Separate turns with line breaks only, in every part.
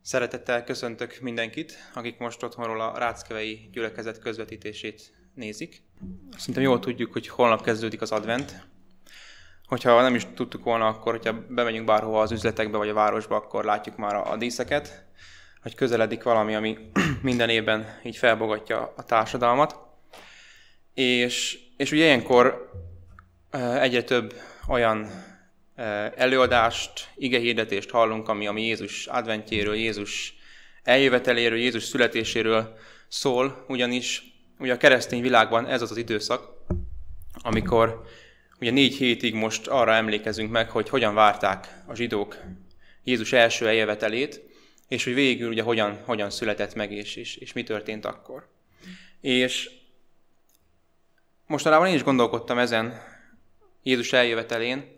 Szeretettel köszöntök mindenkit, akik most otthonról a Ráckevei gyülekezet közvetítését nézik. Szerintem jól tudjuk, hogy holnap kezdődik az advent. Hogyha nem is tudtuk volna, akkor hogyha bemegyünk bárhova az üzletekbe vagy a városba, akkor látjuk már a díszeket, hogy közeledik valami, ami minden évben így felbogatja a társadalmat. És ugye ilyenkor egyre több olyan előadást, igehirdetést hallunk, ami Jézus adventjéről, Jézus eljöveteléről, Jézus születéséről szól, ugyanis ugye a keresztény világban ez az az időszak, amikor ugye 4 hétig most arra emlékezünk meg, hogy hogyan várták a zsidók Jézus első eljövetelét, és hogy végül ugye hogyan született meg, és mi történt akkor. És mostanában én is gondolkodtam ezen Jézus eljövetelén,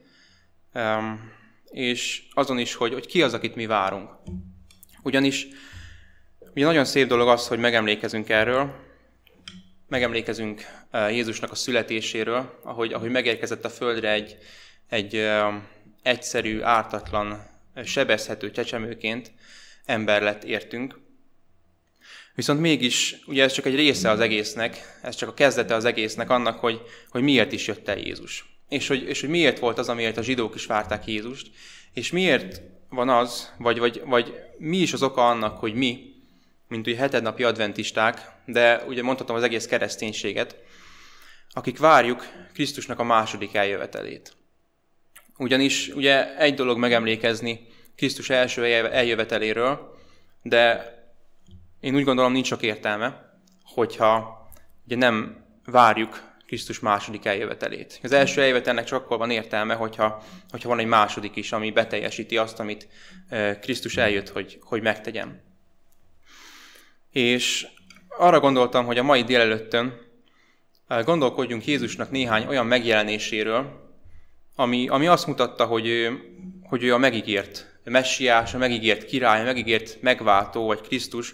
és azon is, hogy ki az, akit mi várunk. Ugyanis ugye nagyon szép dolog az, hogy megemlékezünk erről, megemlékezünk Jézusnak a születéséről, ahogy megérkezett a földre egy egyszerű, ártatlan, sebezhető csecsemőként ember lett értünk. Viszont mégis ugye ez csak egy része az egésznek, ez csak a kezdete az egésznek annak, hogy miért is jött el Jézus. És hogy miért volt az, amiért a zsidók is várták Jézust, és miért van az, vagy mi is az oka annak, hogy mi, mint ugye hetednapi adventisták, de ugye mondhatom az egész kereszténységet, akik várjuk Krisztusnak a második eljövetelét. Ugyanis ugye egy dolog megemlékezni Krisztus első eljöveteléről, de én úgy gondolom, nincs sok értelme, hogyha ugye nem várjuk Krisztus második eljövetelét. Az első eljövetelnek csak akkor van értelme, hogyha van egy második is, ami beteljesíti azt, amit Krisztus eljött, hogy megtegyem. És arra gondoltam, hogy a mai délelőttön gondolkodjunk Jézusnak néhány olyan megjelenéséről, ami azt mutatta, hogy ő a megígért messiás, a megígért király, a megígért megváltó, vagy Krisztus,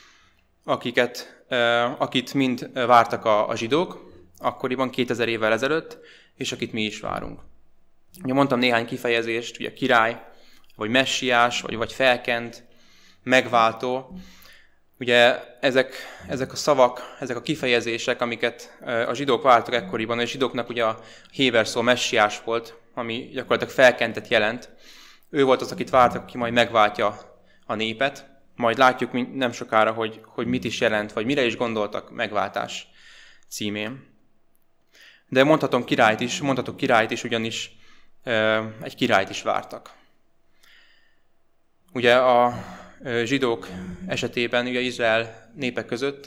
akit mind vártak a zsidók, akkoriban 2000 évvel ezelőtt, és akit mi is várunk. Ugye mondtam néhány kifejezést, ugye király, vagy messiás, vagy felkent, megváltó. Ugye ezek a szavak, ezek a kifejezések, amiket a zsidók vártak ekkoriban, és a zsidóknak ugye a héber szó messiás volt, ami gyakorlatilag felkentet jelent. Ő volt az, akit vártak, aki majd megváltja a népet. Majd látjuk nem sokára, hogy mit is jelent, vagy mire is gondoltak megváltás címén. De mondhatok királyt is, ugyanis egy királyt is vártak. Ugye a zsidók esetében, ugye Izrael népe között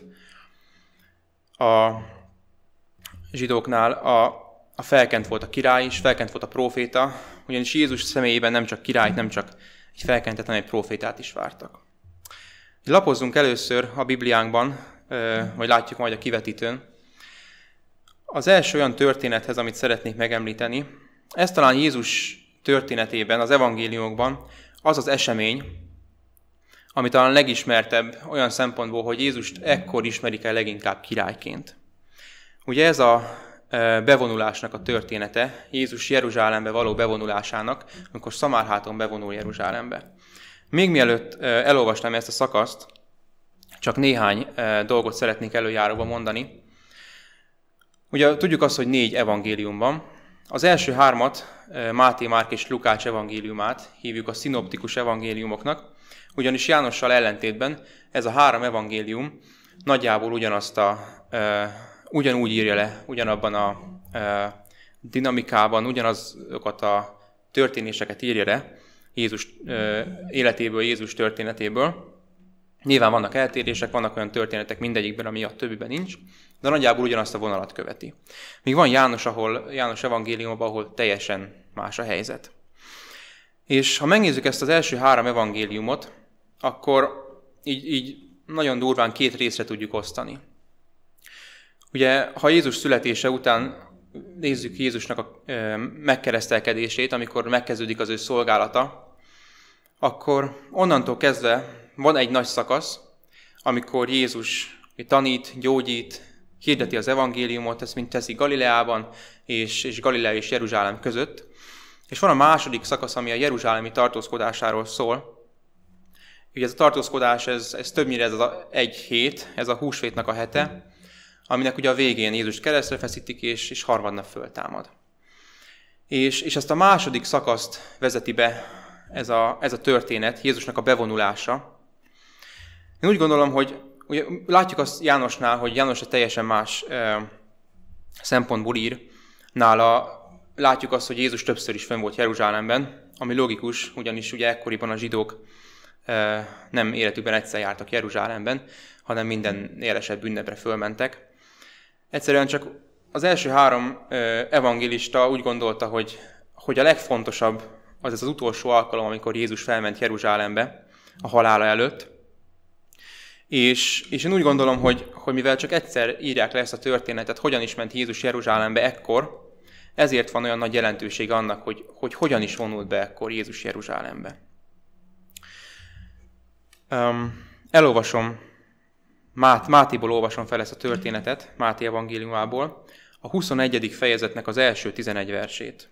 a zsidóknál a felkent volt a király is, felkent volt a próféta, ugyanis Jézus személyében nem csak királyt, nem csak egy felkentet, hanem egy prófétát is vártak. Lapozzunk először a Bibliánkban, vagy látjuk majd a kivetítőn, az első olyan történethez, amit szeretnék megemlíteni, ez talán Jézus történetében, az evangéliumokban az az esemény, ami talán legismertebb olyan szempontból, hogy Jézust ekkor ismerik el leginkább királyként. Ugye ez a bevonulásnak a története, Jézus Jeruzsálembe való bevonulásának, amikor Szamárháton bevonul Jeruzsálembe. Még mielőtt elolvasnám ezt a szakaszt, csak néhány dolgot szeretnék előjáróba mondani. Ugye tudjuk azt, hogy 4 evangélium van. Az első 3-at, Máté, Márk és Lukács evangéliumát hívjuk a szinoptikus evangéliumoknak, ugyanis Jánossal ellentétben ez a 3 evangélium nagyjából ugyanúgy írja le, ugyanabban a dinamikában, ugyanazokat a történéseket írja le Jézus életéből, Jézus történetéből. Nyilván vannak eltérések, vannak olyan történetek mindegyikben, ami a többiben nincs, de nagyjából ugyanazt a vonalat követi. Míg van János evangéliumban, ahol teljesen más a helyzet. És ha megnézzük ezt az első 3 evangéliumot, akkor így nagyon durván 2 részre tudjuk osztani. Ugye, ha Jézus születése után nézzük Jézusnak a megkeresztelkedését, amikor megkezdődik az ő szolgálata, akkor onnantól kezdve van egy nagy szakasz, amikor Jézus tanít, gyógyít, hirdeti az evangéliumot, ezt mind teszi Galileában és Galilea és Jeruzsálem között. És van a második szakasz, ami a jeruzsálemi tartózkodásáról szól, Ugye ez a tartózkodás, ez többnyire ez az egy hét, ez a húsvétnak a hete, aminek ugye a végén Jézust keresztre feszítik, és harmadnap föltámad. És ezt a második szakaszt vezeti be ez a történet, Jézusnak a bevonulása. Én úgy gondolom, hogy ugye látjuk azt Jánosnál, hogy János egy teljesen más szempontból ír. Nála látjuk azt, hogy Jézus többször is fönn volt Jeruzsálemben, ami logikus, ugyanis ugye ekkoriban a zsidók nem életükben egyszer jártak Jeruzsálemben, hanem minden élesebb ünnepre fölmentek. Egyszerűen csak az első három evangélista úgy gondolta, hogy a legfontosabb az ez az utolsó alkalom, amikor Jézus felment Jeruzsálembe a halála előtt. És én úgy gondolom, hogy mivel csak egyszer írják le ezt a történetet, hogyan is ment Jézus Jeruzsálembe ekkor, ezért van olyan nagy jelentősége annak, hogy hogyan is vonult be ekkor Jézus Jeruzsálembe. Elolvasom, Mátéból olvasom fel ezt a történetet, Máté evangéliumából, a 21. fejezetnek az első 11 versét.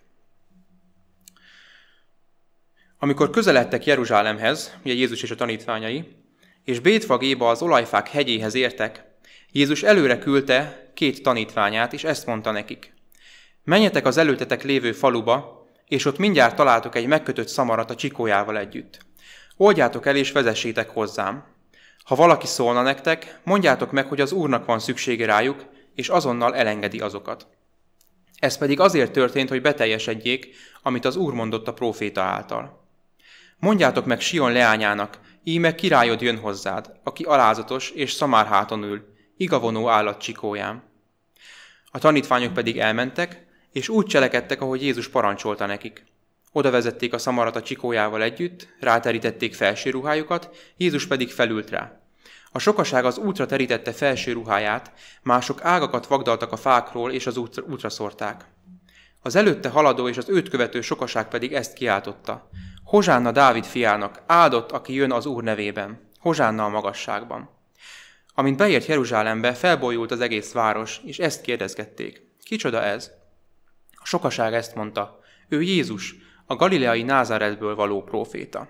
Amikor közeledtek Jeruzsálemhez, ugye Jézus és a tanítványai, és Bétfagéba az olajfák hegyéhez értek, Jézus előre küldte 2 tanítványát, és ezt mondta nekik. Menjetek az előttetek lévő faluba, és ott mindjárt találtok egy megkötött szamarat a csikójával együtt. Oldjátok el, és vezessétek hozzám. Ha valaki szólna nektek, mondjátok meg, hogy az Úrnak van szüksége rájuk, és azonnal elengedi azokat. Ez pedig azért történt, hogy beteljesedjék, amit az Úr mondott a próféta által. Mondjátok meg Sion leányának, íme királyod jön hozzád, aki alázatos és szamárháton ül, igavonó állat csikóján. A tanítványok pedig elmentek, és úgy cselekedtek, ahogy Jézus parancsolta nekik. Oda vezették a szamarat a csikójával együtt, ráterítették felső ruhájukat, Jézus pedig felült rá. A sokaság az útra terítette felső ruháját, mások ágakat vagdaltak a fákról, és az útra szórták. Az előtte haladó és az őt követő sokaság pedig ezt kiáltotta. Hozsánna Dávid fiának, áldott, aki jön az Úr nevében, hozsánna a magasságban. Amint beért Jeruzsálembe, felbolyult az egész város, és ezt kérdezgették. Kicsoda ez? A sokaság ezt mondta. Ő Jézus, a galileai Názáretből való próféta.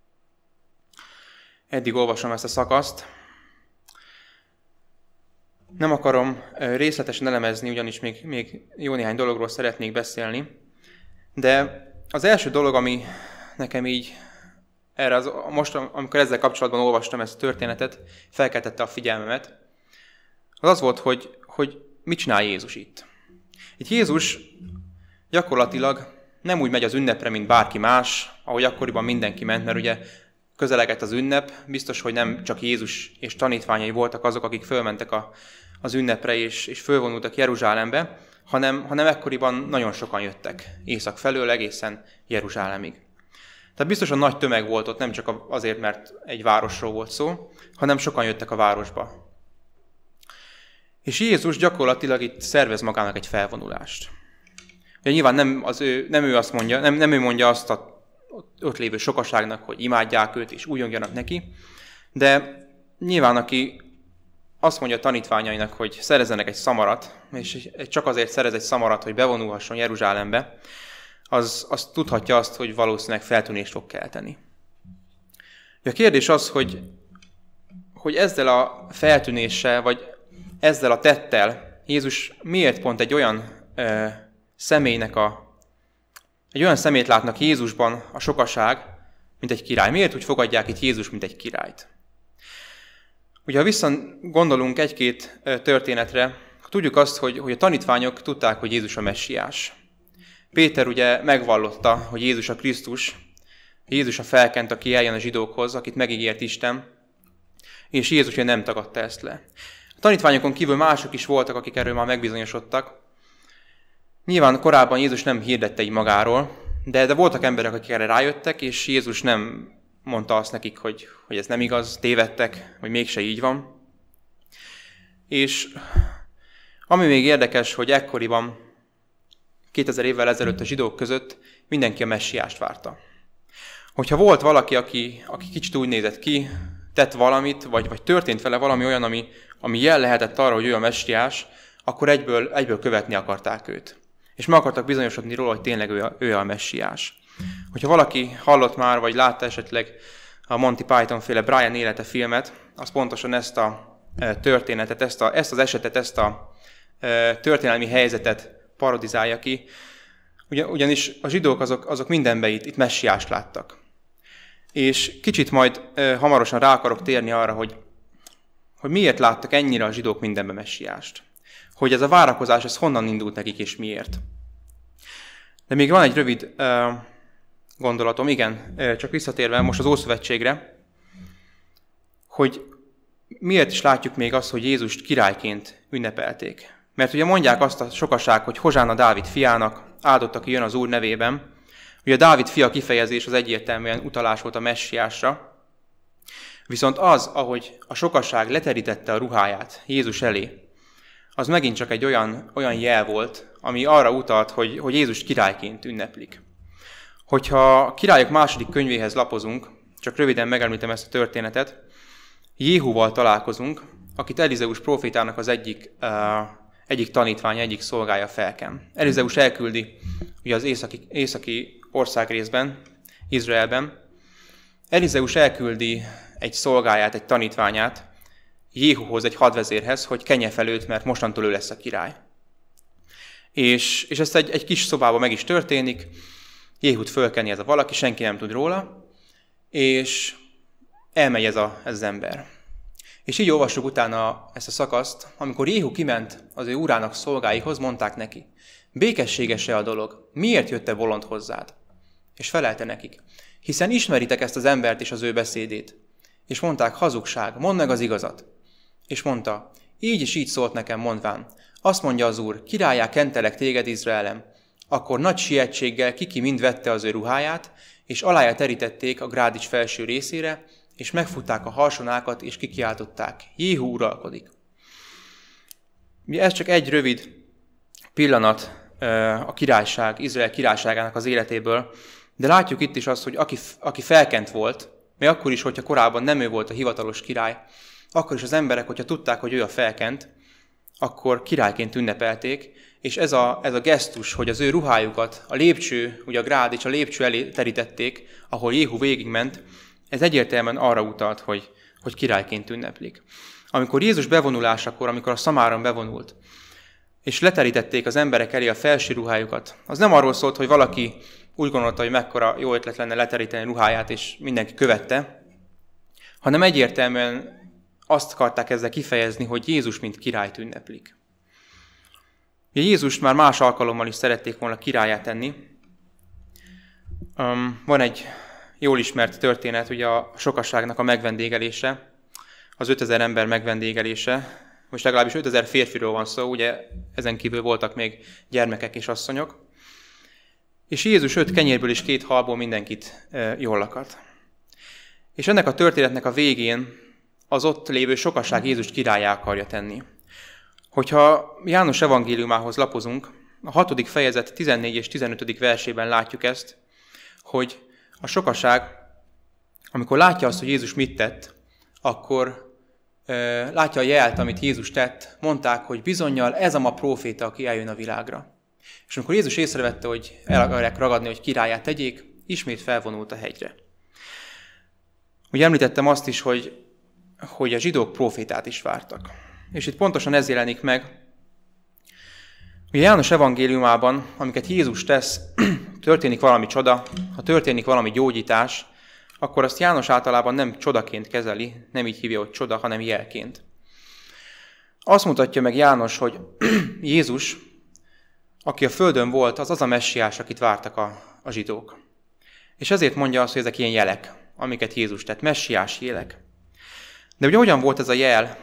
Eddig olvasom ezt a szakaszt. Nem akarom részletesen elemezni, ugyanis még jó néhány dologról szeretnék beszélni, de az első dolog, ami nekem így most, amikor ezzel kapcsolatban olvastam ezt a történetet, felkeltette a figyelmemet, az volt, hogy mit csinál Jézus itt. Itt Jézus gyakorlatilag nem úgy megy az ünnepre, mint bárki más, ahogy akkoriban mindenki ment, mert ugye közelegett az ünnep, biztos, hogy nem csak Jézus és tanítványai voltak azok, akik fölmentek az ünnepre és fölvonultak Jeruzsálembe, hanem ekkoriban nagyon sokan jöttek észak felől egészen Jeruzsálemig. Tehát biztosan nagy tömeg volt ott, nem csak azért, mert egy városról volt szó, hanem sokan jöttek a városba. És Jézus gyakorlatilag itt szervez magának egy felvonulást. Ugye nyilván nem ő azt mondja, nem ő mondja azt a ott lévő sokaságnak, hogy imádják őt és újongjanak neki, de nyilván aki azt mondja a tanítványainak, hogy szerezzenek egy szamarat, és csak azért szerez egy szamarat, hogy bevonulhasson Jeruzsálembe, az tudhatja azt, hogy valószínűleg feltűnést fog kelteni. A kérdés az, hogy ezzel a feltűnéssel, vagy ezzel a tettel Jézus miért pont egy olyan egy olyan szemét látnak Jézusban a sokaság, mint egy király. Miért úgy fogadják itt Jézus, mint egy királyt? Ugye, ha visszagondolunk egy-két történetre, tudjuk azt, hogy a tanítványok tudták, hogy Jézus a messiás. Péter ugye megvallotta, hogy Jézus a Krisztus, Jézus a felkent, aki eljön a zsidókhoz, akit megígért Isten, és Jézus ugye nem tagadta ezt le. A tanítványokon kívül mások is voltak, akik erről már megbizonyosodtak. Nyilván korábban Jézus nem hirdette így magáról, de voltak emberek, akik erre rájöttek, és Jézus nem mondta azt nekik, hogy ez nem igaz, tévedtek, vagy mégse így van. És ami még érdekes, hogy ekkoriban, 2000 évvel ezelőtt a zsidók között mindenki a messiást várta. Hogyha volt valaki, aki kicsit úgy nézett ki, tett valamit, vagy történt vele valami olyan, ami jel lehetett arra, hogy ő a messiás, akkor egyből követni akarták őt. És meg akartak bizonyosodni róla, hogy tényleg ő a messiás. Hogyha valaki hallott már, vagy látta esetleg a Monty Python féle Brian élete filmet, az pontosan ezt a történetet, ezt az esetet, ezt a történelmi helyzetet parodizálja ki. Ugyanis a zsidók azok mindenben itt messiást láttak. És kicsit majd hamarosan rá akarok térni arra, hogy miért láttak ennyire a zsidók mindenben messiást. Hogy ez a várakozás, ez honnan indult nekik, és miért. De még van egy rövid gondolatom, igen, csak visszatérve most az Ószövetségre, hogy miért is látjuk még azt, hogy Jézust királyként ünnepelték. Mert ugye mondják azt a sokaság, hogy Hozsánna Dávid fiának, áldott, aki jön az Úr nevében. Ugye a Dávid fia kifejezés az egyértelműen utalás volt a messiásra. Viszont az, ahogy a sokaság leterítette a ruháját Jézus elé, az megint csak egy olyan jel volt, ami arra utalt, hogy Jézus királyként ünneplik. Hogyha a Királyok második könyvéhez lapozunk, csak röviden megemlítem ezt a történetet, Jéhuval találkozunk, akit Elizeus prófétának az egyik tanítványa, egyik szolgája felken. Elizeus elküldi ugye az északi országrészben, Izraelben. Elizeus elküldi egy szolgáját, egy tanítványát Jéhuhoz, egy hadvezérhez, hogy kenje fel őt, mert mostantól ő lesz a király. És ezt egy kis szobában meg is történik, Jéhut fölkeni ez a valaki, senki nem tud róla, és elmegy ez az ember. És így olvassuk utána ezt a szakaszt, amikor Jéhu kiment az ő urának szolgáihoz, mondták neki, békességes-e a dolog, miért jött-e bolond hozzád? És felelte nekik, hiszen ismeritek ezt az embert és az ő beszédét. És mondták, hazugság, mondd meg az igazat. És mondta, így és így szólt nekem, mondván, azt mondja az Úr, királlyá kentelek téged, Izraelem. Akkor nagy sietséggel ki mind vette az ő ruháját, és alája terítették a grádics felső részére, és megfutták a harsonákat, és kikiáltották, Jéhu uralkodik. Ez csak egy rövid pillanat a királyság, Izrael királyságának az életéből, de látjuk itt is azt, hogy aki felkent volt, még akkor is, hogyha korábban nem ő volt a hivatalos király, akkor is az emberek, hogyha tudták, hogy ő a felkent, akkor királyként ünnepelték, és ez a gesztus, hogy az ő ruhájukat, a lépcső, ugye a grádics, a lépcső elé terítették, ahol Jéhu végigment, ez egyértelműen arra utalt, hogy királyként ünneplik. Amikor Jézus bevonulásakor, amikor a Szamáron bevonult, és leterítették az emberek elé a felső ruhájukat, az nem arról szólt, hogy valaki úgy gondolta, hogy mekkora jó ötlet lenne leteríteni ruháját, és mindenki követte, hanem egyértelműen azt akarták ezzel kifejezni, hogy Jézus mint királyt ünneplik. Jézust már más alkalommal is szerették volna királlyá tenni. Van egy jól ismert történet, ugye a sokaságnak a megvendégelése, az 5000 ember megvendégelése, most legalábbis 5000 férfiról van szó, ugye ezen kívül voltak még gyermekek és asszonyok, és Jézus 5 kenyérből és 2 halból mindenkit jól akart. És ennek a történetnek a végén az ott lévő sokaság Jézust királlyá akarja tenni. Hogyha János evangéliumához lapozunk, a 6. fejezet 14 és 15. versében látjuk ezt, hogy a sokaság, amikor látja azt, hogy Jézus mit tett, akkor látja a jelt, amit Jézus tett, mondták, hogy bizonnyal ez a ma próféta, aki eljön a világra. És amikor Jézus észrevette, hogy el akarják ragadni, hogy királlyá tegyék, ismét felvonult a hegyre. Ugye említettem azt is, hogy a zsidók prófétát is vártak. És itt pontosan ez jelenik meg. Ugye János evangéliumában, amiket Jézus tesz, történik valami csoda, ha történik valami gyógyítás, akkor azt János általában nem csodaként kezeli, nem így hívja, hogy csoda, hanem jelként. Azt mutatja meg János, hogy Jézus, aki a földön volt, az a messiás, akit vártak a zsidók. És ezért mondja azt, hogy ezek ilyen jelek, amiket Jézus tett, messiás jelek. De ugye hogyan volt ez a jel,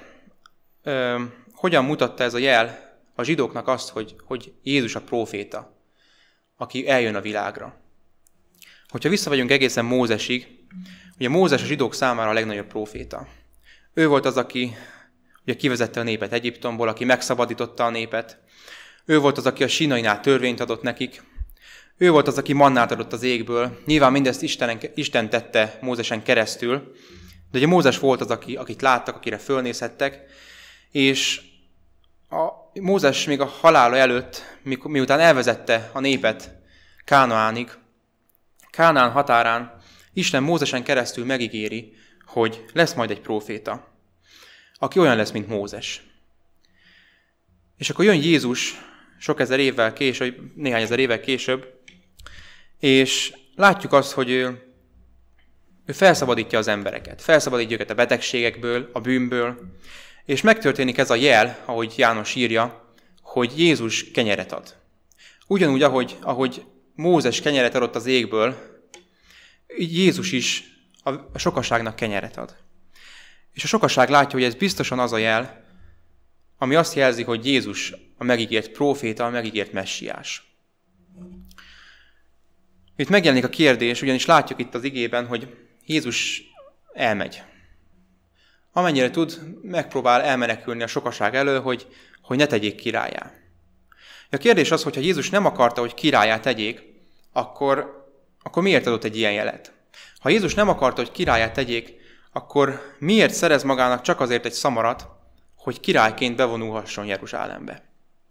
hogyan mutatta ez a jel a zsidóknak azt, hogy Jézus a próféta, aki eljön a világra. Hogyha visszavagyunk egészen Mózesig, ugye Mózes a zsidók számára a legnagyobb próféta. Ő volt az, aki ugye kivezette a népet Egyiptomból, aki megszabadította a népet. Ő volt az, aki a Sinainál törvényt adott nekik. Ő volt az, aki mannát adott az égből. Nyilván mindezt Isten tette Mózesen keresztül, de ugye Mózes volt az, akit láttak, akire fölnézhettek, és Mózes még a halála előtt, miután elvezette a népet Kánaánig, Kánaán határán Isten Mózesen keresztül megígéri, hogy lesz majd egy próféta, aki olyan lesz, mint Mózes. És akkor jön Jézus sok ezer évvel később, néhány ezer évvel később, és látjuk azt, hogy ő felszabadítja az embereket, felszabadítja őket a betegségekből, a bűnből, és megtörténik ez a jel, ahogy János írja, hogy Jézus kenyeret ad. Ugyanúgy, ahogy Mózes kenyeret adott az égből, így Jézus is a sokaságnak kenyeret ad. És a sokaság látja, hogy ez biztosan az a jel, ami azt jelzi, hogy Jézus a megígért próféta, a megígért messiás. Itt megjelenik a kérdés, ugyanis látjuk itt az igében, hogy Jézus elmegy. Amennyire tud, megpróbál elmenekülni a sokaság elől, hogy ne tegyék királlyá. A kérdés az, hogy ha Jézus nem akarta, hogy királlyá tegyék, akkor miért adott egy ilyen jelet? Ha Jézus nem akarta, hogy királlyá tegyék, akkor miért szerez magának csak azért egy szamarat, hogy királyként bevonulhasson Jeruzsálembe?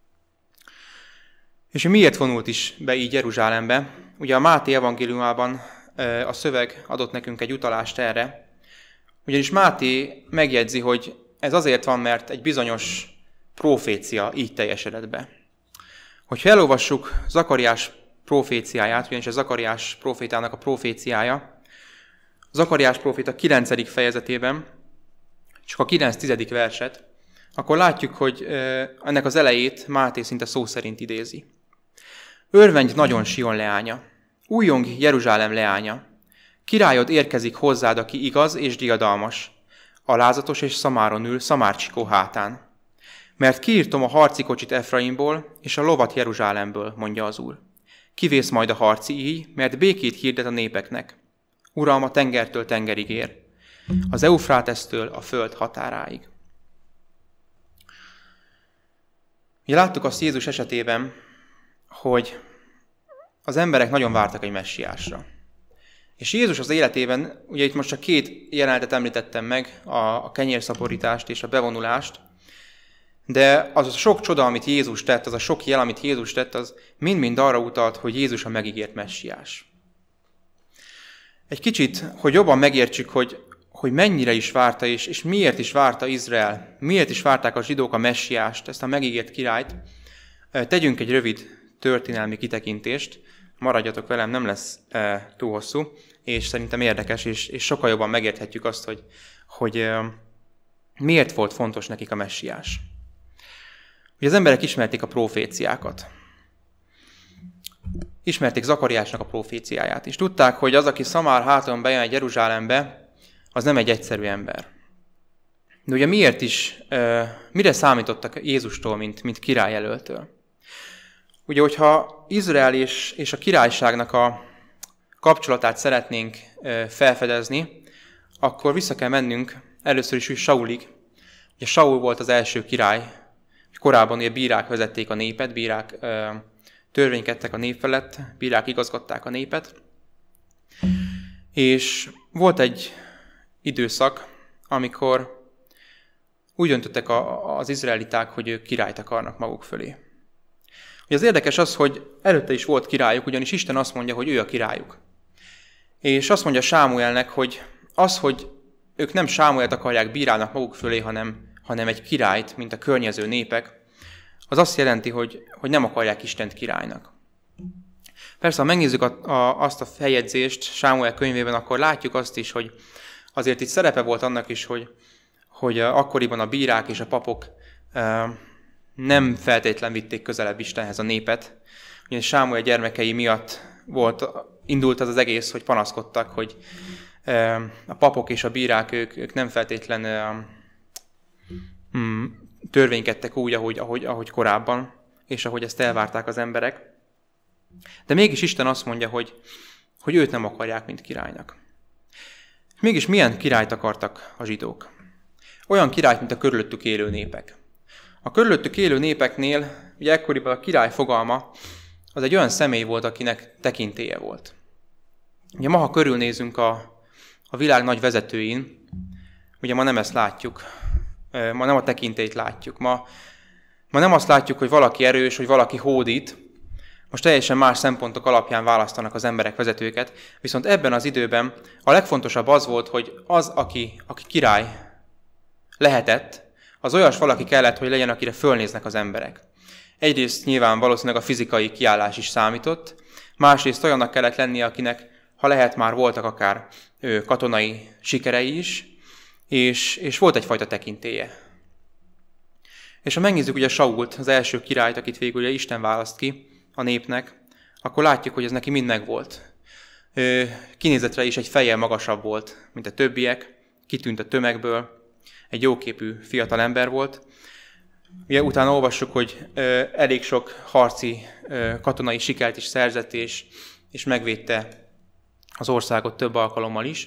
És miért vonult is be így Jeruzsálembe? Ugye a Máté evangéliumában a szöveg adott nekünk egy utalást erre, ugyanis Máté megjegyzi, hogy ez azért van, mert egy bizonyos prófécia így teljesedett be. Hogyha elolvassuk Zakariás próféciáját, ugyanis a Zakariás prófétának a próféciája, Zakariás próféta 9. fejezetében, csak a 9-10. verset, akkor látjuk, hogy ennek az elejét Máté szinte szó szerint idézi. Örvendj nagyon Sion leánya, újjong Jeruzsálem leánya, királyod érkezik hozzád, aki igaz és diadalmas, alázatos és szamáron ül szamárcsikó hátán. Mert kiírtom a harci kocsit Efraimból, és a lovat Jeruzsálemből, mondja az Úr. Kivész majd a harci íj, mert békét hirdet a népeknek. Uram, a tengertől tengerig ér, az Eufrátesztől a föld határáig. Ugye láttuk azt Jézus esetében, hogy az emberek nagyon vártak egy messiásra. És Jézus az életében, ugye itt most csak 2 jelenetet említettem meg, a kenyérszaporítást és a bevonulást, de az a sok csoda, amit Jézus tett, az a sok jel, amit Jézus tett, az mind-mind arra utalt, hogy Jézus a megígért messiás. Egy kicsit, hogy jobban megértsük, hogy mennyire is várta, és miért is várta Izrael, miért is várták a zsidók a messiást, ezt a megígért királyt, tegyünk egy rövid történelmi kitekintést, maradjatok velem, nem lesz túl hosszú, és szerintem érdekes, és sokkal jobban megérthetjük azt, hogy miért volt fontos nekik a messiás. Ugye az emberek ismerték a proféciákat. Ismerték Zakariásnak a proféciáját, és tudták, hogy az, aki szamár háton bejön egy Jeruzsálembe, az nem egy egyszerű ember. De ugye mire számítottak Jézustól, mint királyjelöltől? Ugye, hogyha Izrael és a királyságnak a kapcsolatát szeretnénk felfedezni, akkor vissza kell mennünk először is Saulig. Ugye Saul volt az első király, korábban ugye bírák vezették a népet, bírák törvénykedtek a nép felett, bírák igazgatták a népet. És volt egy időszak, amikor úgy döntöttek az izraeliták, hogy ők királyt akarnak maguk fölé. Ugye az érdekes az, hogy előtte is volt királyuk, ugyanis Isten azt mondja, hogy ő a királyuk. És azt mondja Sámuelnek, hogy az, hogy ők nem Sámuelt akarják bírálnak maguk fölé, hanem egy királyt, mint a környező népek, az azt jelenti, hogy nem akarják Istent királynak. Persze, ha megnézzük azt a feljegyzést Sámuel könyvében, akkor látjuk azt is, hogy azért itt szerepe volt annak is, hogy akkoriban a bírák és a papok nem feltétlen vitték közelebb Istenhez a népet. Ugyanis Sámuel gyermekei miatt indult az egész, hogy panaszkodtak, hogy a papok és a bírák ők nem feltétlen törvénykedtek úgy, ahogy korábban, és ahogy ezt elvárták az emberek. De mégis Isten azt mondja, hogy őt nem akarják, mint királynak. Mégis milyen királyt akartak a zsidók? Olyan királyt, mint a körülöttük élő népek. A körülöttük élő népeknél, ugye ekkoriban a király fogalma, az egy olyan személy volt, akinek tekintélye volt. Ugye ma, ha körülnézünk a világ nagy vezetőin, ugye ma nem ezt látjuk, ma nem a tekintélyt látjuk, ma nem azt látjuk, hogy valaki erős, hogy valaki hódít, Most teljesen más szempontok alapján választanak az emberek vezetőket, viszont ebben az időben a legfontosabb az volt, hogy az, aki király lehetett, az olyas valaki kellett, hogy legyen, akire fölnéznek az emberek. Egyrészt nyilván valószínűleg a fizikai kiállás is számított, másrészt olyannak kellett lennie, akinek, ha lehet, már voltak akár katonai sikerei is, és volt egyfajta tekintélye. És ha megnézzük ugye Sault, az első királyt, akit végül ugye Isten választ ki a népnek, akkor látjuk, hogy ez neki mind megvolt. Kinézetre is egy fejjel magasabb volt, mint a többiek, kitűnt a tömegből, egy jóképű fiatal ember volt. Ugye utána olvassuk, hogy elég sok harci katonai sikert is szerzett, és megvédte az országot több alkalommal is.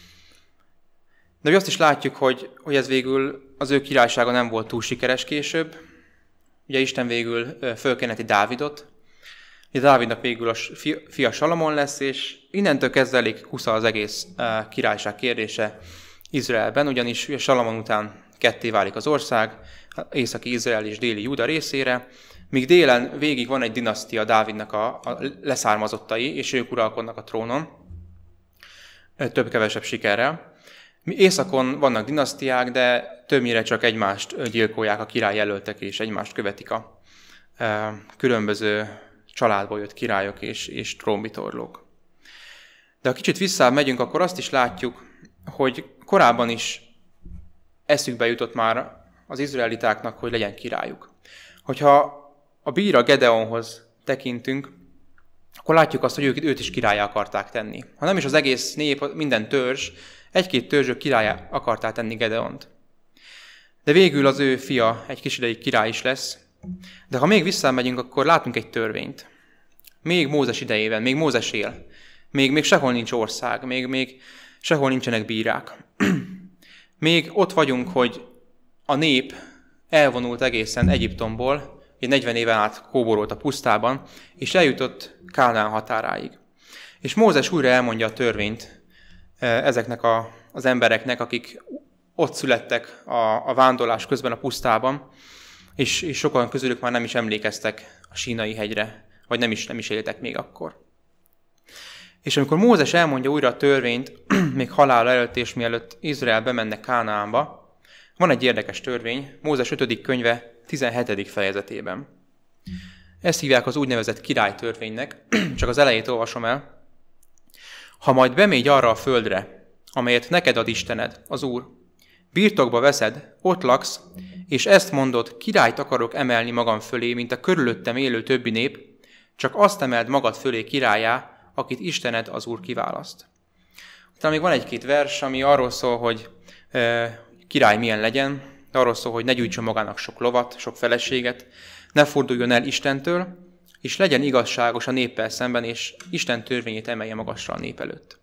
De azt is látjuk, hogy ez végül az ő királysága nem volt túl sikeres később. Ugye Isten végül fölkeneti Dávidot. Ugye Dávidnak végül a fia Salamon lesz, és innentől kezdve elég kusza az egész királyság kérdése Izraelben, ugyanis Salamon után ketté válik az ország, északi Izrael és déli Júda részére, míg délen végig van egy dinasztia Dávidnak a leszármazottai, és ők uralkodnak a trónon, több-kevesebb sikerrel. Északon vannak dinasztiák, de többnyire csak egymást gyilkolják a királyjelöltek, és egymást követik a különböző családból jött királyok és trónbitorlók. De ha kicsit visszább megyünk, akkor azt is látjuk, hogy korábban is eszükbe jutott már az izraelitáknak, hogy legyen királyuk. Hogyha a bíra Gedeonhoz tekintünk, akkor látjuk azt, hogy őt is királlyá akarták tenni. Ha nem is az egész nép, minden törzs, egy-két törzsök királlyá akarták tenni Gedeont. De végül az ő fia egy kis ideig király is lesz. De ha még visszamegyünk, akkor látunk egy törvényt. Még Mózes idejében, még Mózes él. Még sehol nincs ország, még sehol nincsenek bírák. Még ott vagyunk, hogy a nép elvonult egészen Egyiptomból, 40 éven át kóborolt a pusztában, és eljutott Kánaán határáig. És Mózes újra elmondja a törvényt ezeknek az embereknek, akik ott születtek a vándorlás közben a pusztában, és sokan közülük már nem is emlékeztek a Sínai hegyre, vagy nem is éltek még akkor. És amikor Mózes elmondja újra a törvényt, még halál előtt és mielőtt Izrael bemenne Kánaánba, van egy érdekes törvény, Mózes 5. könyve 17. fejezetében. Ezt hívják az úgynevezett királytörvénynek, csak az elejét olvasom el. Ha majd bemégy arra a földre, amelyet neked ad Istened, az Úr, birtokba veszed, ott laksz, és ezt mondod, királyt akarok emelni magam fölé, mint a körülöttem élő többi nép, csak azt emeld magad fölé királyá, akit Istened, az Úr kiválaszt. Utána még van egy-két vers, ami arról szól, hogy király milyen legyen, de arról szól, hogy ne gyűjtsön magának sok lovat, sok feleséget, ne forduljon el Istentől, és legyen igazságos a néppel szemben, és Isten törvényét emelje magasra a nép előtt.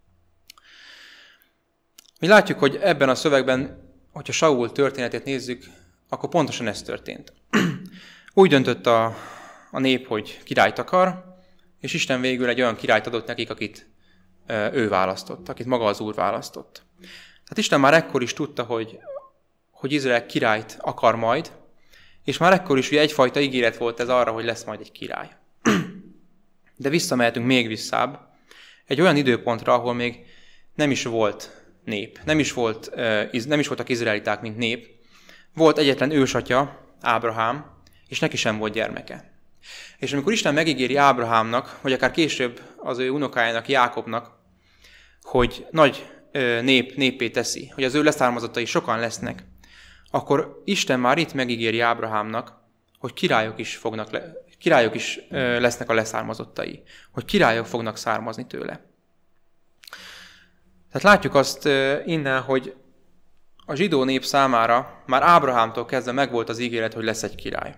Mi látjuk, hogy ebben a szövegben, hogyha Saul történetét nézzük, akkor pontosan ez történt. Úgy döntött a nép, hogy királyt akar, és Isten végül egy olyan királyt adott nekik, akit ő választott, akit maga az Úr választott. Tehát Isten már ekkor is tudta, hogy Izrael királyt akar majd, és már ekkor is ugye egyfajta ígéret volt ez arra, hogy lesz majd egy király. De visszamehetünk még visszább, egy olyan időpontra, ahol még nem is volt nép, nem is voltak izraeliták, mint nép. Volt egyetlen ősatya, Ábrahám, és neki sem volt gyermeke. És amikor Isten megígéri Ábrahámnak, vagy akár később az ő unokájának, Jákobnak, hogy nagy néppé teszi, hogy az ő leszármazottai sokan lesznek, akkor Isten már itt megígéri Ábrahámnak, hogy királyok is lesznek a leszármazottai, hogy királyok fognak származni tőle. Tehát látjuk azt innen, hogy a zsidó nép számára már Ábrahámtól kezdve megvolt az ígéret, hogy lesz egy király.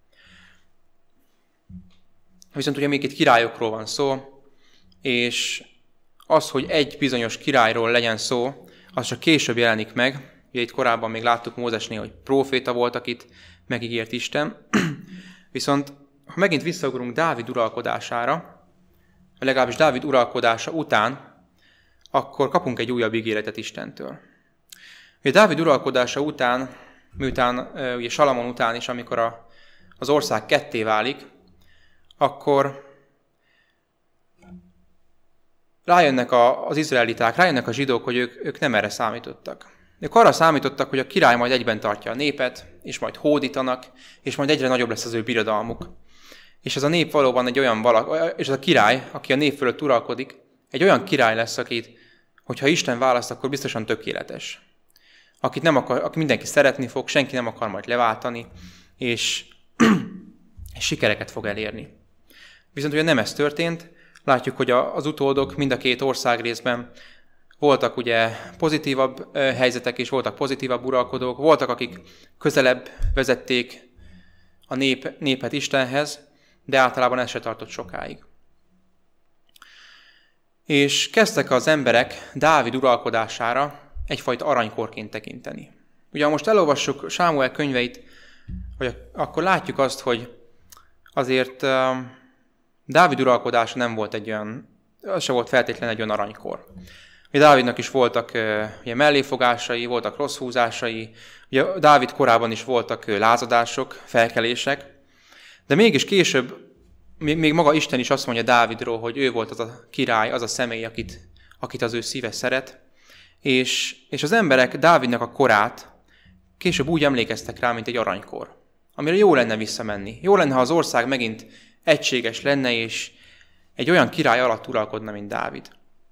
Viszont ugye még itt királyokról van szó, és az, hogy egy bizonyos királyról legyen szó, az csak később jelenik meg. Ugye itt korábban még láttuk Mózesnél, hogy próféta volt, akit megígért Isten. Viszont ha megint visszaugrunk Dávid uralkodására, vagy legalábbis Dávid uralkodása után, akkor kapunk egy újabb ígéretet Istentől. Ugye Dávid uralkodása után, miután ugye Salamon után is, amikor az ország ketté válik, akkor rájönnek az izraeliták, rájönnek a zsidók, hogy ők nem erre számítottak. Ők arra számítottak, hogy a király majd egyben tartja a népet, és majd hódítanak, és majd egyre nagyobb lesz az ő birodalmuk. És ez a nép valóban egy olyan és ez a király, aki a nép fölött uralkodik, egy olyan király lesz, akit, hogyha Isten választ, akkor biztosan tökéletes. Aki mindenki szeretni fog, senki nem akar majd leváltani, és sikereket fog elérni. Viszont ugye nem ez történt, látjuk, hogy az utódok mind a két országrészben voltak ugye pozitívabb helyzetek és voltak pozitívabb uralkodók, voltak, akik közelebb vezették a népet Istenhez, de általában ez se tartott sokáig. És kezdtek az emberek Dávid uralkodására egyfajta aranykorként tekinteni. Ugye, ha most elolvassuk Sámuel könyveit, akkor látjuk azt, hogy azért Dávid uralkodása nem volt az se volt feltétlenül egy olyan aranykor. Ugye Dávidnak is voltak ugye melléfogásai, voltak rossz húzásai, ugye Dávid korában is voltak lázadások, felkelések, de mégis később még maga Isten is azt mondja Dávidról, hogy ő volt az a király, az a személy, akit az ő szíve szeret, és az emberek Dávidnak a korát később úgy emlékeztek rá, mint egy aranykor, amire jó lenne visszamenni. Jó lenne, ha az ország megint egységes lenne, és egy olyan király alatt uralkodna, mint Dávid.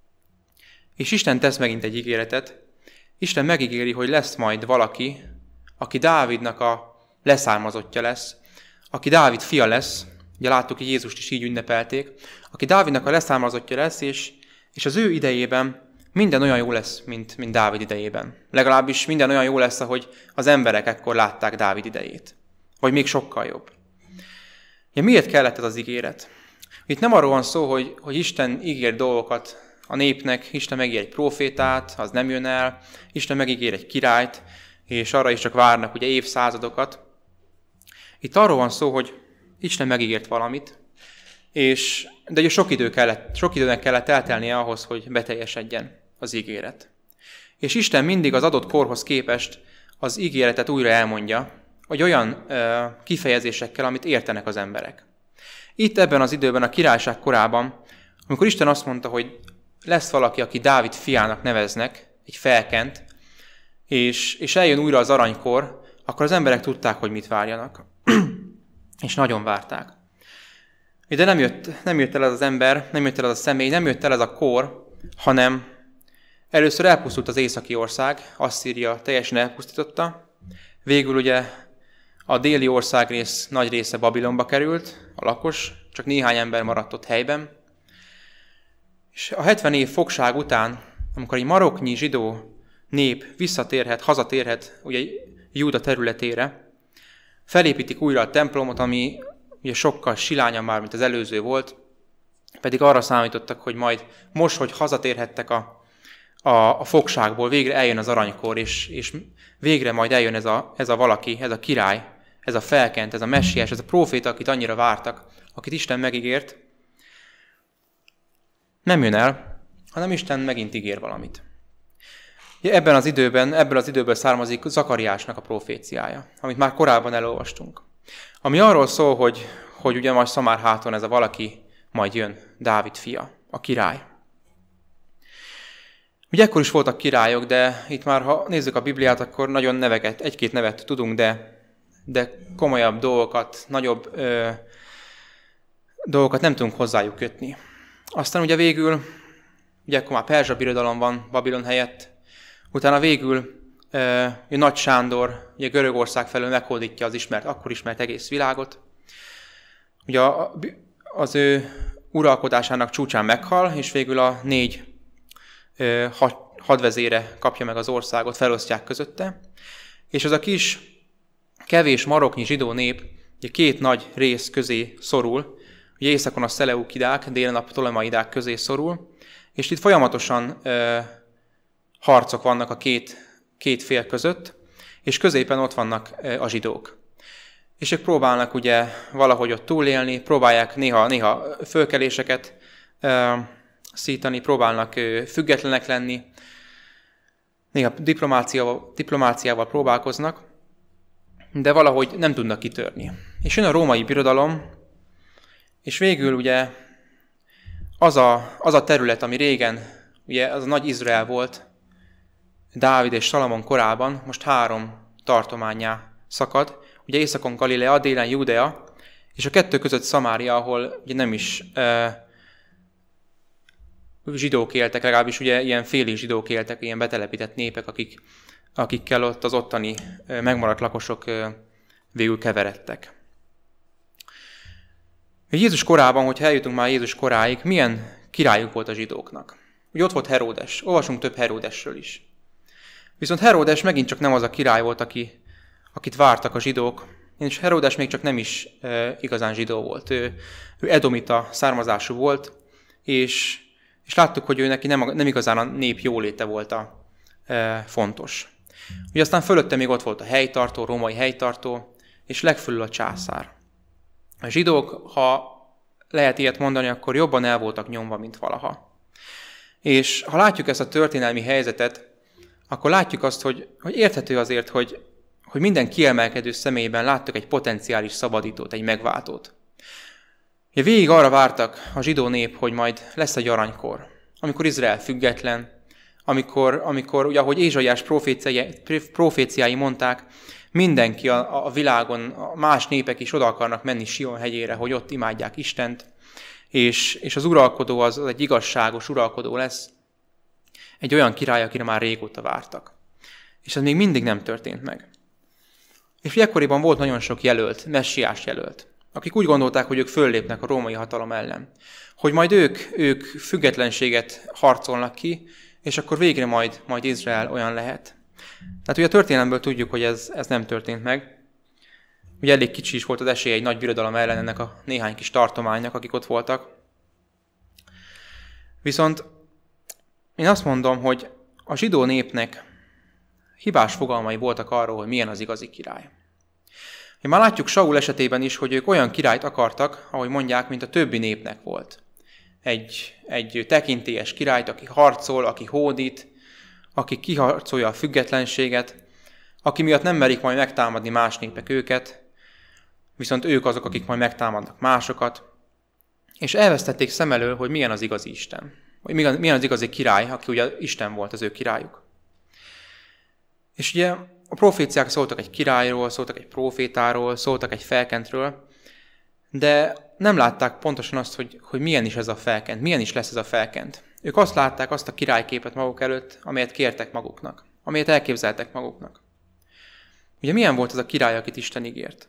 És Isten tesz megint egy ígéretet. Isten megígéri, hogy lesz majd valaki, aki Dávidnak a leszármazottja lesz, aki Dávid fia lesz, ugye láttuk, hogy Jézust is így ünnepelték, aki Dávidnak a leszármazottja lesz, és az ő idejében minden olyan jó lesz, mint Dávid idejében. Legalábbis minden olyan jó lesz, ahogy az emberek ekkor látták Dávid idejét. Vagy még sokkal jobb. Ja, miért kellett ez az ígéret? Itt nem arról van szó, hogy Isten ígér dolgokat a népnek, Isten megígér egy prófétát, az nem jön el, Isten megígér egy királyt, és arra is csak várnak ugye évszázadokat. Itt arról van szó, hogy Isten megígért valamit, de ugye sok időnek kellett eltelnie ahhoz, hogy beteljesedjen az ígéret. És Isten mindig az adott korhoz képest az ígéretet újra elmondja, hogy olyan kifejezésekkel, amit értenek az emberek. Itt ebben az időben, a királyság korában, amikor Isten azt mondta, hogy lesz valaki, aki Dávid fiának neveznek, egy felkent, és eljön újra az aranykor, akkor az emberek tudták, hogy mit várjanak. És nagyon várták. De nem jött el ez az ember, nem jött el ez a személy, nem jött el ez a kor, hanem először elpusztult az északi ország, Asszíria teljesen elpusztította, végül ugye a déli országrész nagy része Babilonba került, a lakos, csak néhány ember maradt ott helyben. És a 70 év fogság után, amikor egy maroknyi zsidó nép hazatérhet ugye Júda területére, felépítik újra a templomot, ami ugye sokkal silányabb már, mint az előző volt, pedig arra számítottak, hogy majd most, hogy hazatérhettek a fogságból, végre eljön az aranykor, és végre majd eljön ez a valaki, ez a király, ez a felkent, ez a messiás, ez a próféta, akit annyira vártak, akit Isten megígért, nem jön el, hanem Isten megint ígér valamit. Ebből az időből származik Zakariásnak a proféciája, amit már korábban elolvastunk. Ami arról szól, hogy ugye majd Szamárháton ez a valaki majd jön, Dávid fia, a király. Ugye ekkor is voltak királyok, de itt már, ha nézzük a Bibliát, akkor nagyon egy-két nevet tudunk, de komolyabb dolgokat, nagyobb dolgokat nem tudunk hozzájuk kötni. Aztán ugye végül, ugye akkor már Perzsa birodalom van Babilon helyett, utána végül Nagy Sándor, ugye Görögország felől meghódítja az akkor ismert egész világot. Ugye az ő uralkodásának csúcsán meghal, és végül a 4 hadvezére kapja meg az országot, felosztják közötte. És az a kevés maroknyi zsidó nép ugye 2 nagy rész közé szorul, ugye északon a szeleukidák, délen a ptolemaidák közé szorul, és itt folyamatosan harcok vannak a két fél között, és középen ott vannak a zsidók. És ők próbálnak ugye valahogy ott túlélni, próbálják néha fölkeléseket szítani, próbálnak függetlenek lenni, néha diplomáciával próbálkoznak, de valahogy nem tudnak kitörni. És jön a római birodalom, És végül ugye az a terület, ami régen, ugye az a nagy Izrael volt, Dávid és Salamon korában, most 3 tartománnyá szakad. Ugye északon Galilea, délen Judea, és a 2 között Szamária, ahol ugye nem is zsidók éltek, legalábbis ugye ilyen félig zsidók éltek, ilyen betelepített népek, akikkel ott az ottani megmaradt lakosok végül keveredtek. Jézus korában, hogyha eljutunk már Jézus koráig, milyen királyuk volt a zsidóknak? Ugye ott volt Heródes, olvasunk több Heródesről is. Viszont Heródes megint csak nem az a király volt, akit vártak a zsidók, és Heródes még csak nem is igazán zsidó volt. Ő edomita származású volt, és láttuk, hogy ő neki nem igazán a nép jóléte volt fontos. Ugye aztán fölötte még ott volt a helytartó, római helytartó, és legfölül a császár. A zsidók, ha lehet ilyet mondani, akkor jobban el voltak nyomva, mint valaha. És ha látjuk ezt a történelmi helyzetet, akkor látjuk azt, hogy érthető azért, hogy minden kiemelkedő személyben láttuk egy potenciális szabadítót, egy megváltót. Ugye végig arra vártak a zsidó nép, hogy majd lesz egy aranykor, amikor Izrael független, amikor ugye, ahogy Ézsaiás proféciái mondták, mindenki a világon, más népek is oda akarnak menni Sion hegyére, hogy ott imádják Istent, és az uralkodó az egy igazságos uralkodó lesz, egy olyan király, akire már régóta vártak. És ez még mindig nem történt meg. És ekkoriban volt nagyon sok jelölt, messiás jelölt, akik úgy gondolták, hogy ők föllépnek a római hatalom ellen. Hogy majd ők függetlenséget harcolnak ki, és akkor végre majd Izrael olyan lehet. Tehát ugye a történelemből tudjuk, hogy ez nem történt meg. Ugye elég kicsi is volt az esély egy nagy birodalom ellen ennek a néhány kis tartománynak, akik ott voltak. Viszont én azt mondom, hogy a zsidó népnek hibás fogalmai voltak arról, hogy milyen az igazi király. Már látjuk Saul esetében is, hogy ők olyan királyt akartak, ahogy mondják, mint a többi népnek volt. Egy tekintélyes királyt, aki harcol, aki hódít, aki kiharcolja a függetlenséget, aki miatt nem merik majd megtámadni más népek őket, viszont ők azok, akik majd megtámadnak másokat. És elvesztették szem elől, hogy milyen az igazi Isten. Vagy milyen az igazi király, aki ugye Isten volt az ő királyuk. És ugye a proféciák szóltak egy királyról, szóltak egy profétáról, szóltak egy felkentről, de nem látták pontosan azt, hogy milyen is ez a felkent, milyen is lesz ez a felkent. Ők azt látták, azt a királyképet maguk előtt, amelyet kértek maguknak, amelyet elképzeltek maguknak. Ugye milyen volt ez a király, akit Isten ígért?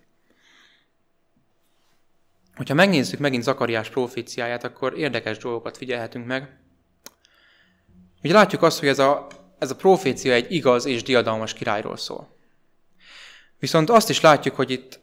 Hogyha megnézzük megint Zakariás proféciáját, akkor érdekes dolgokat figyelhetünk meg. Ugye látjuk azt, hogy ez a profécia egy igaz és diadalmas királyról szól. Viszont azt is látjuk, hogy itt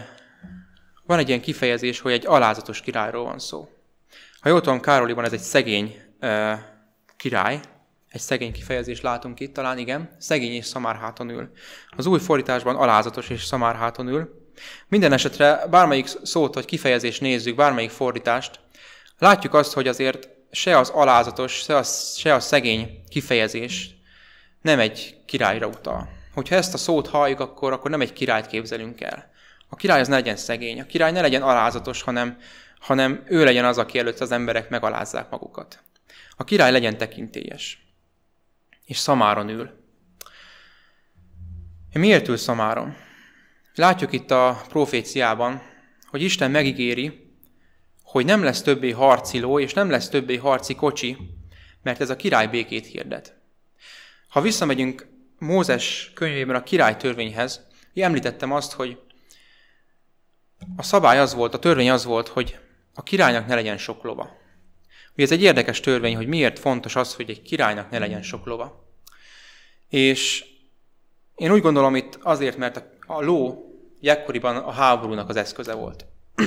van egy ilyen kifejezés, hogy egy alázatos királyról van szó. Ha jól tudom, Károliban ez egy szegény király, egy szegény kifejezést látunk itt, talán igen, szegény és szamárháton ül. Az új fordításban alázatos és szamárháton ül. Minden esetre bármelyik szót vagy kifejezést nézzük, bármelyik fordítást, látjuk azt, hogy azért se az alázatos, se a szegény kifejezés nem egy királyra utal. Hogyha ezt a szót halljuk, akkor nem egy királyt képzelünk el. A király az ne legyen szegény, a király ne legyen alázatos, hanem ő legyen az, aki előtt az emberek megalázzák magukat. A király legyen tekintélyes. És szamáron ül. Miért ül szamáron? Látjuk itt a proféciában, hogy Isten megígéri, hogy nem lesz többé harci ló, és nem lesz többé harci kocsi, mert ez a király békét hirdet. Ha visszamegyünk Mózes könyvében a királytörvényhez, említettem azt, hogy a szabály az volt, a törvény az volt, hogy a királynak ne legyen sok lova. Ugye ez egy érdekes törvény, hogy miért fontos az, hogy egy királynak ne legyen sok lova. És én úgy gondolom itt azért, mert a ló ekkoriban a háborúnak az eszköze volt.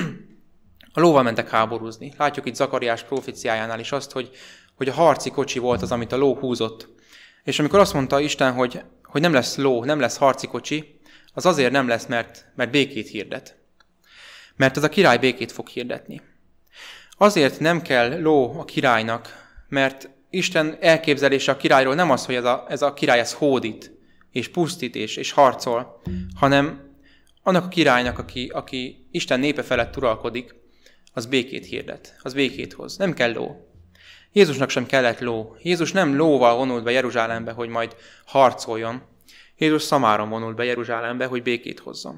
A lóval mentek háborúzni. Látjuk itt Zakariás proféciájánál is azt, hogy a harci kocsi volt az, amit a ló húzott. És amikor azt mondta Isten, hogy nem lesz ló, nem lesz harci kocsi, az azért nem lesz, mert békét hirdet. Mert ez a király békét fog hirdetni. Azért nem kell ló a királynak, mert Isten elképzelése a királyról nem az, hogy ez a király ez hódít, és pusztít, és harcol, hanem annak a királynak, aki Isten népe felett uralkodik, az békét hirdet, az békét hoz. Nem kell ló. Jézusnak sem kellett ló. Jézus nem lóval vonult be Jeruzsálembe, hogy majd harcoljon. Jézus szamáron vonult be Jeruzsálembe, hogy békét hozzon.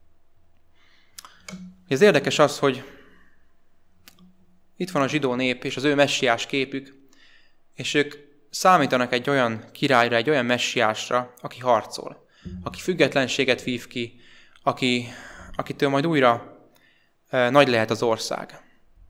Ez érdekes az, hogy itt van a zsidó nép és az ő messiás képük, és ők számítanak egy olyan királyra, egy olyan messiásra, aki harcol, aki függetlenséget vív ki, akitől majd újra nagy lehet az ország.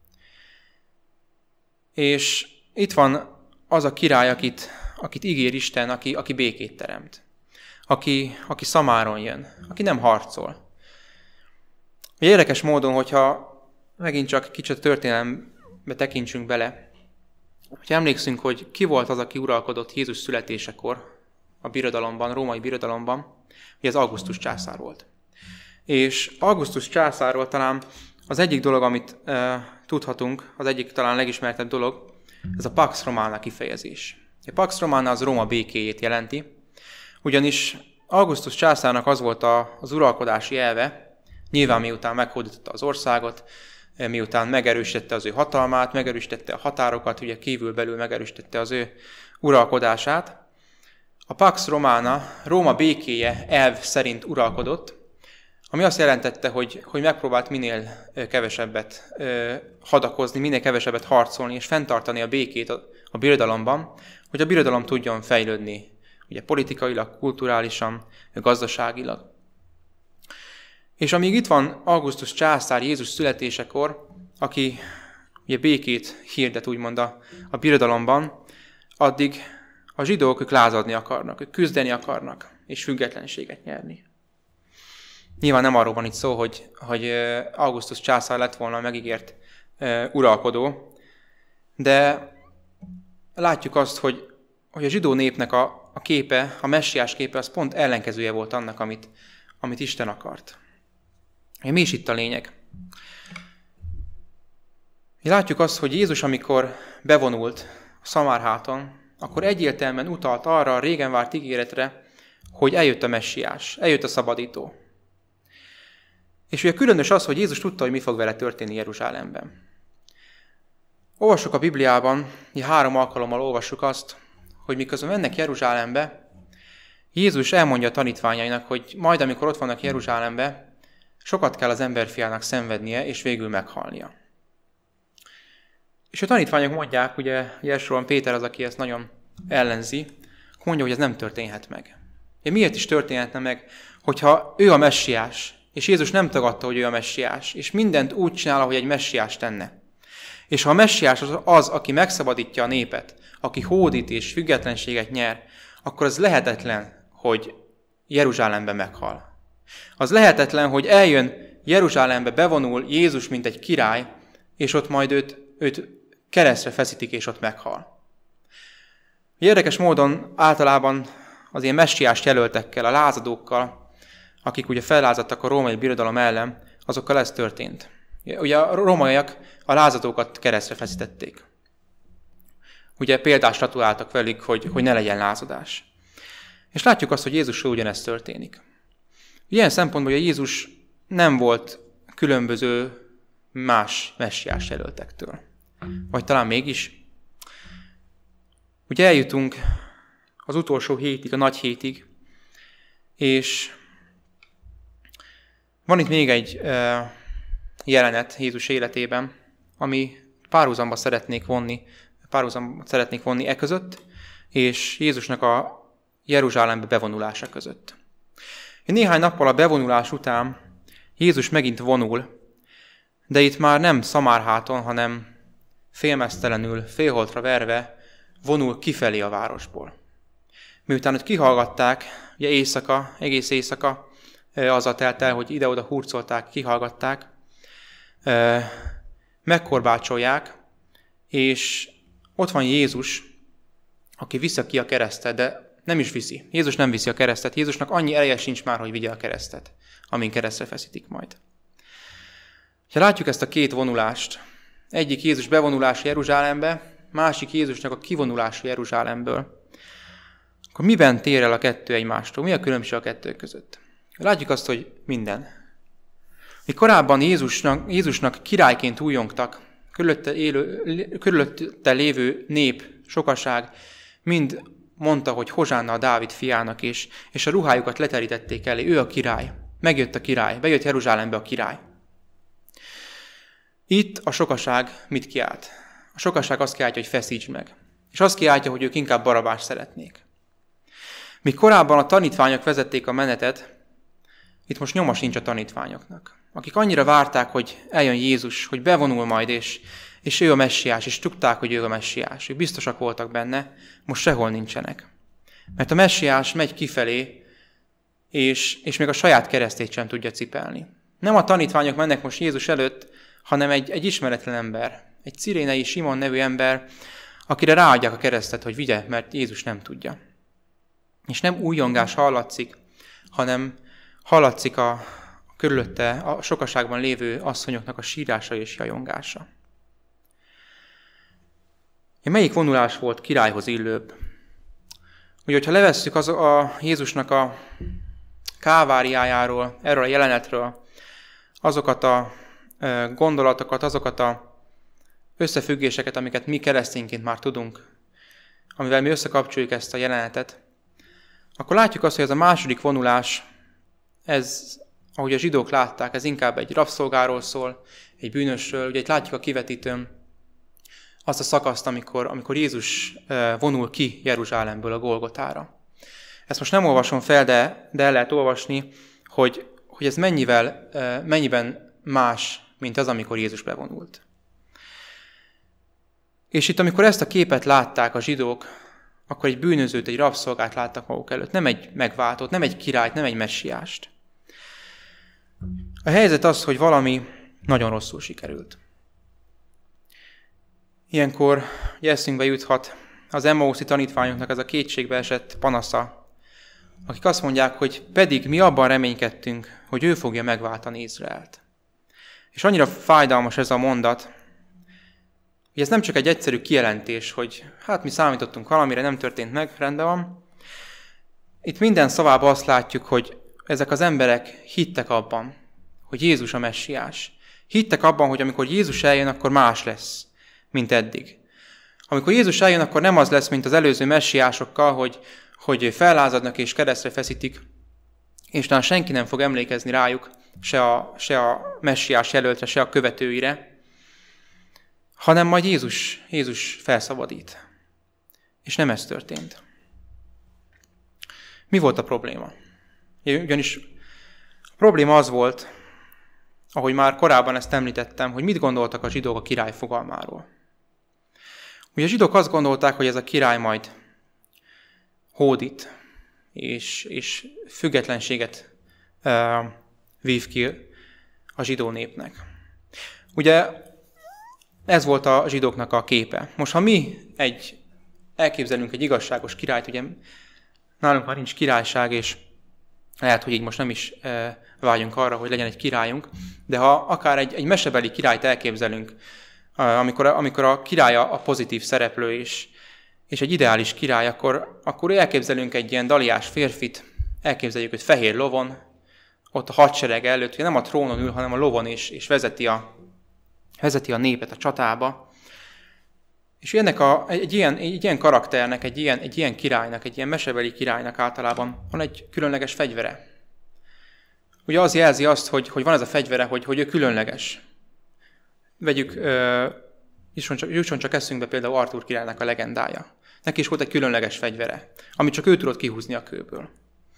És itt van az a király, akit ígér Isten, aki békét teremt, aki szamáron jön, aki nem harcol. Érdekes módon, hogyha megint csak kicsit történelembe tekintsünk bele, hogy emlékszünk, hogy ki volt az, aki uralkodott Jézus születésekor a birodalomban, római birodalomban, hogy ez Augustus császár volt. És Augustus császárról talán az egyik dolog, amit tudhatunk, az egyik talán legismertebb dolog, ez a Pax Romana kifejezés. A Pax Romana az Róma békéjét jelenti, ugyanis Augustus császárnak az volt az uralkodási elve, nyilván miután meghódította az országot, miután megerősítette az ő hatalmát, megerősítette a határokat, ugye kívül-belül megerősítette az ő uralkodását. A Pax Romana, Róma békéje elv szerint uralkodott, ami azt jelentette, hogy megpróbált minél kevesebbet hadakozni, minél kevesebbet harcolni, és fenntartani a békét a birodalomban, hogy a birodalom tudjon fejlődni, ugye politikailag, kulturálisan, gazdaságilag. És amíg itt van Augustus császár Jézus születésekor, aki ugye békét hirdet úgymond a birodalomban, addig a zsidók ők lázadni akarnak, ők küzdeni akarnak, és függetlenséget nyerni. Nyilván nem arról van itt szó, hogy Augustus császár lett volna a megígért uralkodó, de látjuk azt, hogy a zsidó népnek a képe, a messiás képe, az pont ellenkezője volt annak, amit Isten akart. Mi is itt a lényeg? Látjuk azt, hogy Jézus, amikor bevonult a Szamárháton, akkor egyértelműen utalt arra a régen várt ígéretre, hogy eljött a messiás, eljött a szabadító. És ugye különös az, hogy Jézus tudta, hogy mi fog vele történni Jeruzsálemben. Olvassuk a Bibliában, 3 alkalommal olvassuk azt, hogy miközben mennek Jeruzsálembe, Jézus elmondja a tanítványainak, hogy majd amikor ott vannak Jeruzsálembe, sokat kell az emberfiának szenvednie, és végül meghalnia. És a tanítványok mondják, ugye elsősorban Péter az, aki ezt nagyon ellenzi, mondja, hogy ez nem történhet meg. Miért is történhetne meg, hogyha ő a messiás, és Jézus nem tagadta, hogy ő a messiás, és mindent úgy csinál, ahogy egy messiás tenne. És ha a messiás az, aki megszabadítja a népet, aki hódít és függetlenséget nyer, akkor az lehetetlen, hogy Jeruzsálemben meghal. Az lehetetlen, hogy eljön Jeruzsálembe, bevonul Jézus, mint egy király, és ott majd őt keresztre feszítik, és ott meghal. Érdekes módon általában az ilyen messiás jelöltekkel, a lázadókkal, akik ugye fellázadtak a római birodalom ellen, azokkal ez történt. Ugye a rómaiak a lázadókat keresztre feszítették. Ugye például statuáltak velük, hogy ne legyen lázadás. És látjuk azt, hogy Jézusról ugyanezt történik. Ilyen szempontból, hogy Jézus nem volt különböző más messiás jelöltektől. Vagy talán mégis. Ugye eljutunk az utolsó hétig, a nagy hétig, és van itt még egy jelenet Jézus életében, ami párhuzamba szeretnék vonni e között, és Jézusnak a Jeruzsálembe bevonulása között. Néhány nappal a bevonulás után Jézus megint vonul, de itt már nem Szamárháton, hanem félmeztelenül, félholtra verve vonul kifelé a városból. Miután őt kihallgatták, ugye éjszaka, egész éjszaka azzal telt el, hogy ide-oda hurcolták, kihallgatták, megkorbácsolják, és ott van Jézus, aki viszi ki a keresztet, de nem is viszi. Jézus nem viszi a keresztet. Jézusnak annyi ereje sincs már, hogy vigye a keresztet, amin keresztre feszítik majd. Ha látjuk ezt a két vonulást, egyik Jézus bevonulása Jeruzsálembe, másik Jézusnak a kivonulása Jeruzsálemből, akkor miben tér el a kettő egymástól? Mi a különbség a kettő között? Látjuk azt, hogy minden. Mi korábban Jézusnak királyként újjongtak, körülötte lévő nép, sokaság mind mondta, hogy hozsánna a Dávid fiának, és a ruhájukat leterítették elé. Ő a király. Megjött a király. Bejött Jeruzsálembe a király. Itt a sokaság mit kiált? A sokaság azt kiáltja, hogy feszítsd meg. És azt kiáltja, hogy ők inkább Barabást szeretnék. Míg korábban a tanítványok vezették a menetet, itt most nyoma sincs a tanítványoknak. Akik annyira várták, hogy eljön Jézus, hogy bevonul majd, és ő a messiás, és tudták, hogy ő a messiás. Ők biztosak voltak benne, most sehol nincsenek. Mert a messiás megy kifelé, és még a saját keresztét sem tudja cipelni. Nem a tanítványok mennek most Jézus előtt, hanem egy ismeretlen ember, egy cirénei Simon nevű ember, akire ráadják a keresztet, hogy vigye, mert Jézus nem tudja. És nem újongás hallatszik, hanem hallatszik a körülötte a sokaságban lévő asszonyoknak a sírása és jajongása. Melyik vonulás volt királyhoz illőbb? Ugye, hogyha levesszük a Jézusnak a káváriájáról, erről a jelenetről, azokat a gondolatokat, azokat a összefüggéseket, amiket mi keresztényként már tudunk, amivel mi összekapcsoljuk ezt a jelenetet, akkor látjuk azt, hogy ez a második vonulás, ez, ahogy a zsidók látták, ez inkább egy rabszolgáról szól, egy bűnösről. Ugye itt látjuk a kivetítőn azt a szakaszt, amikor Jézus vonul ki Jeruzsálemből a Golgotára. Ezt most nem olvasom fel, de el lehet olvasni, hogy ez mennyiben más, mint az, amikor Jézus bevonult. És itt, amikor ezt a képet látták a zsidók, akkor egy bűnözőt, egy rabszolgát láttak maguk előtt. Nem egy megváltót, nem egy királyt, nem egy messiást. A helyzet az, hogy valami nagyon rosszul sikerült. Ilyenkor eszünkbe juthat az Emmauszi tanítványoknak ez a kétségbe esett panasza, akik azt mondják, hogy pedig mi abban reménykedtünk, hogy ő fogja megváltani Izraelt. És annyira fájdalmas ez a mondat, hogy ez nem csak egy egyszerű kijelentés, hogy hát mi számítottunk valamire, nem történt meg, rendben van. Itt minden szavában azt látjuk, hogy ezek az emberek hittek abban, hogy Jézus a messiás. Hittek abban, hogy amikor Jézus eljön, akkor más lesz, mint eddig. Amikor Jézus eljön, akkor nem az lesz, mint az előző messiásokkal, hogy fellázadnak és keresztre feszítik, és talán senki nem fog emlékezni rájuk, se a messiás jelöltre, se a követőire, hanem majd Jézus felszabadít. És nem ez történt. Mi volt a probléma? Ugyanis a probléma az volt, ahogy már korábban ezt említettem, hogy mit gondoltak a zsidók a király fogalmáról. Ugye a zsidók azt gondolták, hogy ez a király majd hódít, és függetlenséget vív ki a zsidó népnek. Ugye ez volt a zsidóknak a képe. Most, ha mi elképzelünk egy igazságos királyt, ugye nálunk már nincs királyság, és lehet, hogy így most nem is vágyunk arra, hogy legyen egy királyunk, de ha akár egy mesebeli királyt elképzelünk, amikor a király a pozitív szereplő és egy ideális király, akkor elképzelünk egy ilyen daliás férfit, elképzeljük, hogy fehér lovon, ott a hadsereg előtt, hogy nem a trónon ül, hanem a lovon és vezeti a népet a csatába. És egy ilyen karakternek, egy ilyen királynak, egy ilyen mesebeli királynak általában van egy különleges fegyvere. Ugye az jelzi azt, hogy van ez a fegyvere, hogy ő különleges. Jusson csak eszünkbe például Artúr királynak a legendája. Neki is volt egy különleges fegyvere, amit csak ő tudott kihúzni a kőből.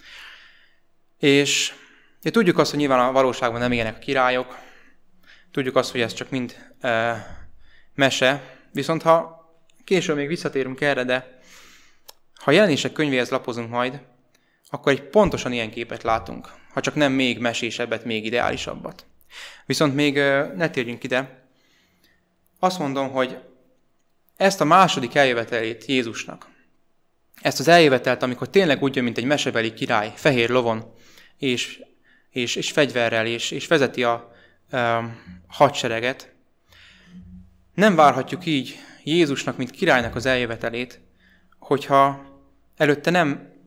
És tudjuk azt, hogy nyilván a valóságban nem ilyenek a királyok, tudjuk azt, hogy ez csak mind mese, viszont ha később még visszatérünk erre, de ha Jelenések könyvéhez lapozunk majd, akkor egy pontosan ilyen képet látunk, ha csak nem még mesésebbet, még ideálisabbat. Viszont még ne térjünk ide, azt mondom, hogy ezt a második eljövetelét Jézusnak, ezt az eljövetelt, amikor tényleg úgy jön, mint egy mesebeli király, fehér lovon, és fegyverrel, és vezeti a hadsereget, nem várhatjuk így Jézusnak, mint királynak az eljövetelét, hogyha előtte nem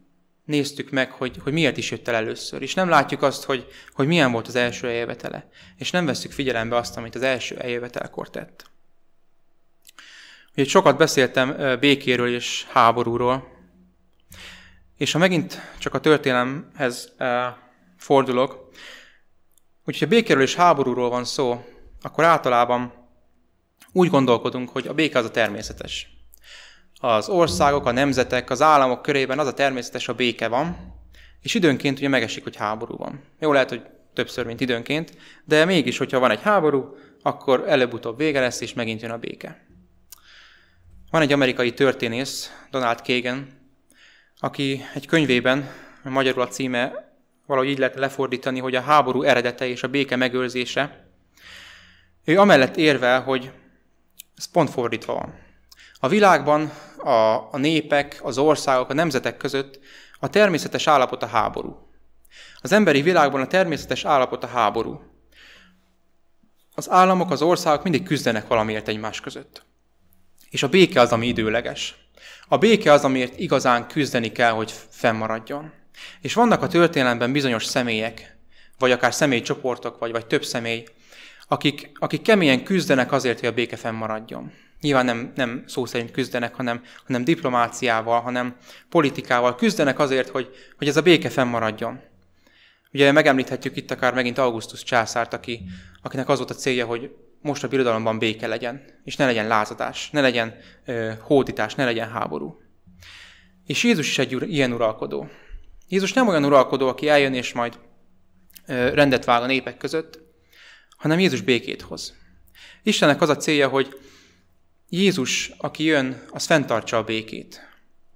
néztük meg, hogy miért is jött el először. És nem látjuk azt, hogy milyen volt az első eljövetele. És nem vesszük figyelembe azt, amit az első eljövetelkor tett. Ugye sokat beszéltem békéről és háborúról. És ha megint csak a történelemhez fordulok, úgyhogy a békéről és háborúról van szó, akkor általában úgy gondolkodunk, hogy a béke az a természetes. Az országok, a nemzetek, az államok körében az a természetes, a béke van, és időnként ugye megesik, hogy háború van. Jó, lehet, hogy többször, mint időnként, de mégis, hogyha van egy háború, akkor előbb-utóbb vége lesz, és megint jön a béke. Van egy amerikai történész, Donald Kagan, aki egy könyvében, magyarul a címe valahogy így lehet lefordítani, hogy a háború eredete és a béke megőrzése. Ő amellett érvel, hogy ez pont fordítva van. A világban a népek, az országok, a nemzetek között a természetes állapot a háború. Az emberi világban a természetes állapot a háború. Az államok, az országok mindig küzdenek valamiért egymás között. És a béke az, ami időleges. A béke az, amiért igazán küzdeni kell, hogy fennmaradjon. És vannak a történelemben bizonyos személyek, vagy akár személycsoportok, vagy több személy, akik keményen küzdenek azért, hogy a béke fennmaradjon. Nyilván nem szó szerint küzdenek, hanem diplomáciával, hanem politikával. Küzdenek azért, hogy ez a béke fennmaradjon. Ugye megemlíthetjük itt akár megint Augustus császárt, akinek az volt a célja, hogy most a birodalomban béke legyen, és ne legyen lázadás, ne legyen hódítás, ne legyen háború. És Jézus is egy ilyen uralkodó. Jézus nem olyan uralkodó, aki eljön és majd rendet vág a népek között, hanem Jézus békét hoz. Istennek az a célja, hogy Jézus, aki jön, az fenntartsa a békét.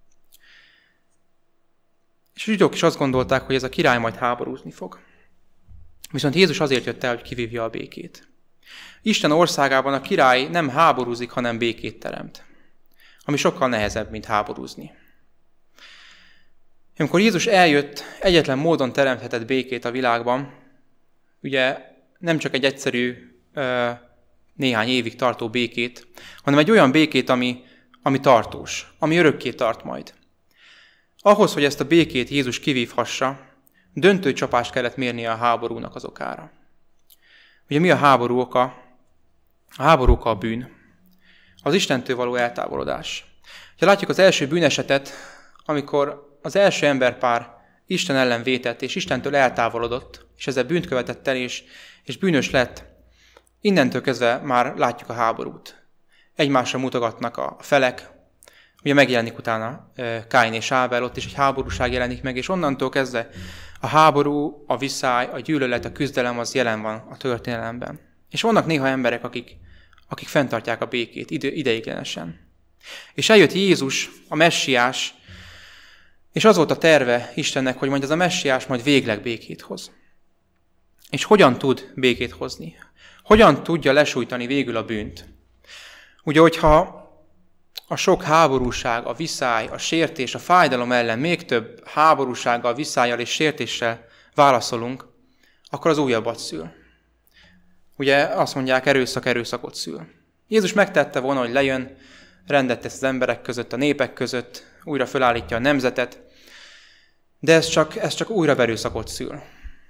És a zsidók is azt gondolták, hogy ez a király majd háborúzni fog. Viszont Jézus azért jött el, hogy kivívja a békét. Isten országában a király nem háborúzik, hanem békét teremt. Ami sokkal nehezebb, mint háborúzni. Amikor Jézus eljött, egyetlen módon teremthetett békét a világban, ugye nem csak egy egyszerű, néhány évig tartó békét, hanem egy olyan békét, ami tartós, ami örökké tart majd. Ahhoz, hogy ezt a békét Jézus kivívhassa, döntő csapást kellett mérnie a háborúnak az okára. Ugye mi a háború oka? A háború oka a bűn. Az Istentől való eltávolodás. Ha látjuk az első bűnesetet, amikor az első emberpár Isten ellen vétett, és Istentől eltávolodott, és ezzel bűnt követett el, és bűnös lett, innentől kezdve már látjuk a háborút. Egymásra mutogatnak a felek, ugye megjelenik utána Káin és Ábel, ott is egy háborúság jelenik meg, és onnantól kezdve a háború, a viszály, a gyűlölet, a küzdelem az jelen van a történelemben. És vannak néha emberek, akik fenntartják a békét ideiglenesen. És eljött Jézus, a messiás, és az volt a terve Istennek, hogy majd ez a messiás majd végleg békét hoz. És hogyan tud békét hozni? Hogyan tudja lesújtani végül a bűnt? Ugye, hogyha a sok háborúság, a viszály, a sértés, a fájdalom ellen még több háborúsággal, viszályjal és sértéssel válaszolunk, akkor az újabbat szül. Ugye azt mondják, erőszak erőszakot szül. Jézus megtette volna, hogy lejön, rendet tesz az emberek között, a népek között, újra fölállítja a nemzetet, de ez csak újra erőszakot szül.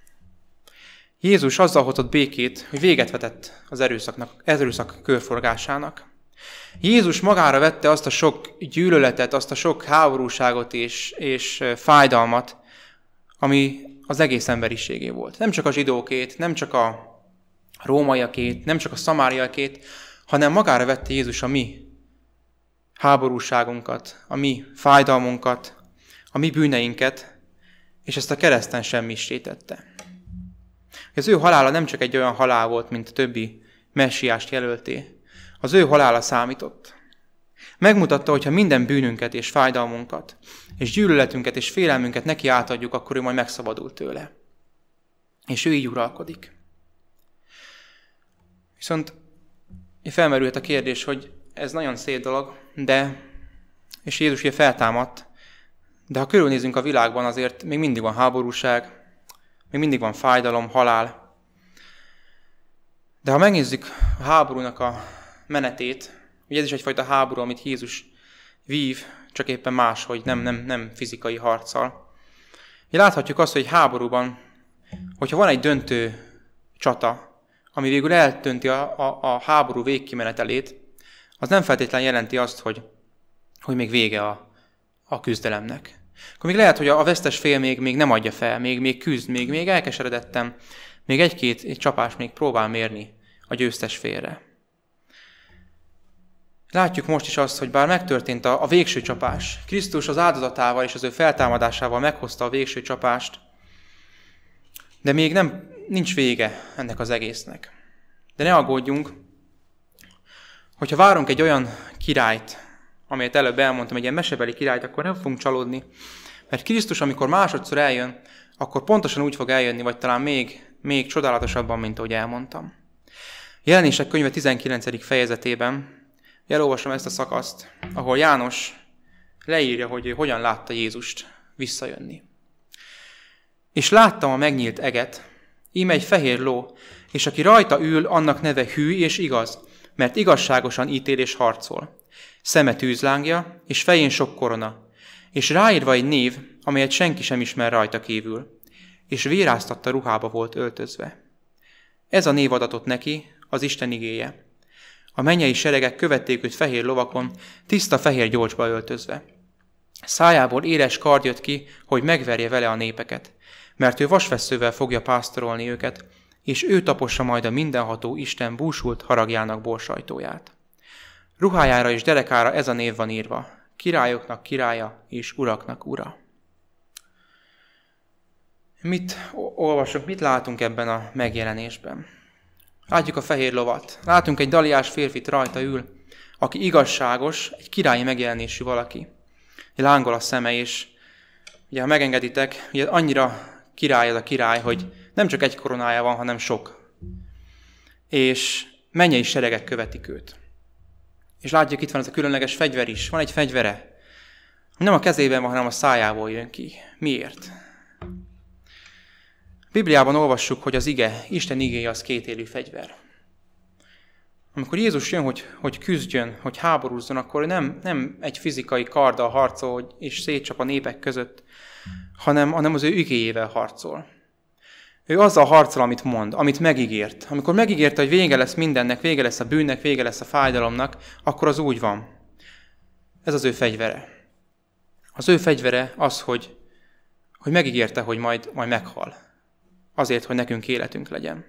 Jézus azzal hozott békét, hogy véget vetett az erőszak körforgásának. Jézus magára vette azt a sok gyűlöletet, azt a sok háborúságot és fájdalmat, ami az egész emberiségé volt. Nem csak a zsidókét, nem csak a rómaiakét, nem csak a szamáriakét, hanem magára vette Jézus a mi háborúságunkat, a mi fájdalmunkat, a mi bűneinket, és ezt a kereszten semmissé tette. Az ő halála nem csak egy olyan halál volt, mint a többi messiást jelölté. Az ő halála számított. Megmutatta, hogy ha minden bűnünket és fájdalmunkat, és gyűlöletünket és félelmünket neki átadjuk, akkor ő majd megszabadul tőle. És ő így uralkodik. Viszont felmerült a kérdés, hogy ez nagyon szép dolog, és Jézus ugye feltámadt, de ha körülnézünk a világban, azért még mindig van háborúság, még mindig van fájdalom, halál. De ha megnézzük a háborúnak a menetét, ugye ez is egyfajta háború, amit Jézus vív, csak éppen máshogy, nem fizikai harccal. Láthatjuk azt, hogy háborúban, hogyha van egy döntő csata, ami végül eltönti a háború végkimenetelét, az nem feltétlenül jelenti azt, hogy még vége a küzdelemnek. Akkor még lehet, hogy a vesztes fél még nem adja fel, még küzd, még elkeseredettem, még egy csapás még próbál mérni a győztes félre. Látjuk most is azt, hogy bár megtörtént a végső csapás, Krisztus az áldozatával és az ő feltámadásával meghozta a végső csapást, de még nincs vége ennek az egésznek. De ne aggódjunk, hogyha várunk egy olyan királyt, amelyet előbb elmondtam, egy ilyen mesebeli királyt, akkor nem fogunk csalódni, mert Krisztus, amikor másodszor eljön, akkor pontosan úgy fog eljönni, vagy talán még csodálatosabban, mint ahogy elmondtam. Jelenések könyve 19. fejezetében elolvasom ezt a szakaszt, ahol János leírja, hogy ő hogyan látta Jézust visszajönni. És láttam a megnyílt eget, íme egy fehér ló, és aki rajta ül, annak neve hű és igaz, mert igazságosan ítél és harcol. Szeme tűzlángja, és fején sok korona, és ráírva egy név, amelyet senki sem ismer rajta kívül, és véráztatta ruhába volt öltözve. Ez a név adatott neki, az Isten igéje. A mennyei seregek követték őt fehér lovakon, tiszta fehér gyolcsba öltözve. Szájából éles kard jött ki, hogy megverje vele a népeket, mert ő vasvesszővel fogja pásztorolni őket, és ő tapossa majd a mindenható Isten búsult haragjának borsajtóját. Ruhájára és derekára ez a név van írva, királyoknak királya és uraknak ura. Mit olvasunk, mit látunk ebben a megjelenésben? Látjuk a fehér lovat. Látunk egy daliás férfit rajta ül, aki igazságos, egy királyi megjelenésű valaki. Lángol a szeme, és ugye, ha megengeditek, ugye annyira király ez a király, hogy nem csak egy koronája van, hanem sok. És mennyei seregek követik őt. És látjuk, itt van ez a különleges fegyver is. Van egy fegyvere. Nem a kezében van, hanem a szájából jön ki. Miért? A Bibliában olvassuk, hogy az ige, Isten igéje az kétélű fegyver. Amikor Jézus jön, hogy küzdjön, hogy háborúzzon, akkor nem egy fizikai karddal harcol és szétcsap a népek között, hanem az ő igéjével harcol. Ő azzal harcol, amit mond, amit megígért. Amikor megígérte, hogy vége lesz mindennek, vége lesz a bűnnek, vége lesz a fájdalomnak, akkor az úgy van. Ez az ő fegyvere. Az ő fegyvere az, hogy megígérte, hogy majd meghal. Azért, hogy nekünk életünk legyen.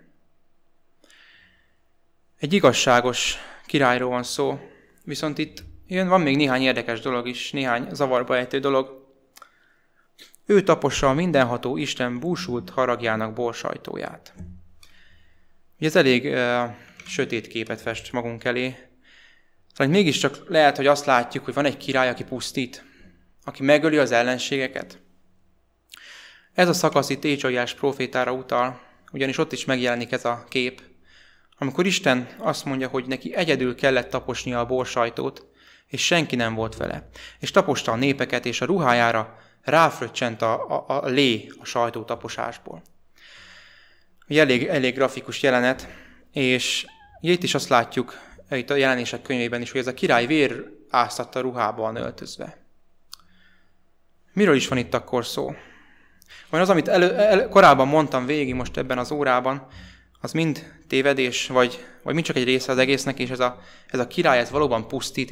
Egy igazságos királyról van szó, viszont itt van még néhány érdekes dolog is, néhány zavarba ejtő dolog. Ő tapossa a mindenható Isten búsult haragjának borsajtóját. Ugye ez elég sötét képet fest magunk elé. Szóval mégiscsak lehet, hogy azt látjuk, hogy van egy király, aki pusztít, aki megöli az ellenségeket. Ez a szakasz itt Ézsaiás prófétára utal, ugyanis ott is megjelenik ez a kép, amikor Isten azt mondja, hogy neki egyedül kellett taposnia a borsajtót, és senki nem volt vele. És taposta a népeket, és a ruhájára ráfröccsent a lé a sajtótaposásból. Ugye elég grafikus jelenet, és itt is azt látjuk, itt a jelenések könyvében is, hogy ez a király vér áztatta ruhában öltözve. Miről is van itt akkor szó? Vagy az, amit korábban mondtam végig most ebben az órában, az mind tévedés, vagy mind csak egy része az egésznek, és ez a király ez valóban pusztít,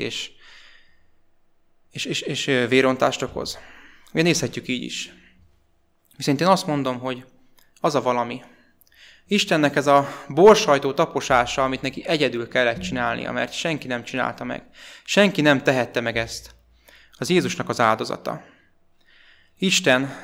és vérontást okoz. Ugye nézhetjük így is. Viszont én azt mondom, hogy az a valami. Istennek ez a borsajtó taposása, amit neki egyedül kellett csinálnia, mert senki nem csinálta meg. Senki nem tehette meg ezt. Az Jézusnak az áldozata. Isten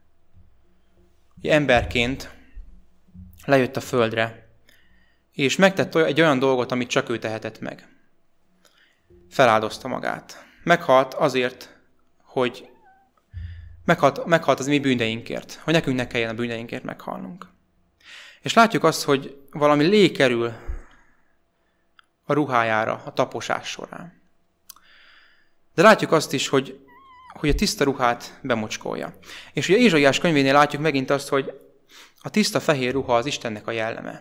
emberként lejött a földre, és megtett egy olyan dolgot, amit csak ő tehetett meg. Feláldozta magát. Meghalt azért, hogy meghalt az mi bűneinkért, hogy nekünk ne kelljen a bűneinkért meghalnunk. És látjuk azt, hogy valami lé kerül a ruhájára a taposás során. De látjuk azt is, hogy a tiszta ruhát bemocskolja. És ugye Ézsaiás könyvénél látjuk megint azt, hogy a tiszta fehér ruha az Istennek a jelleme.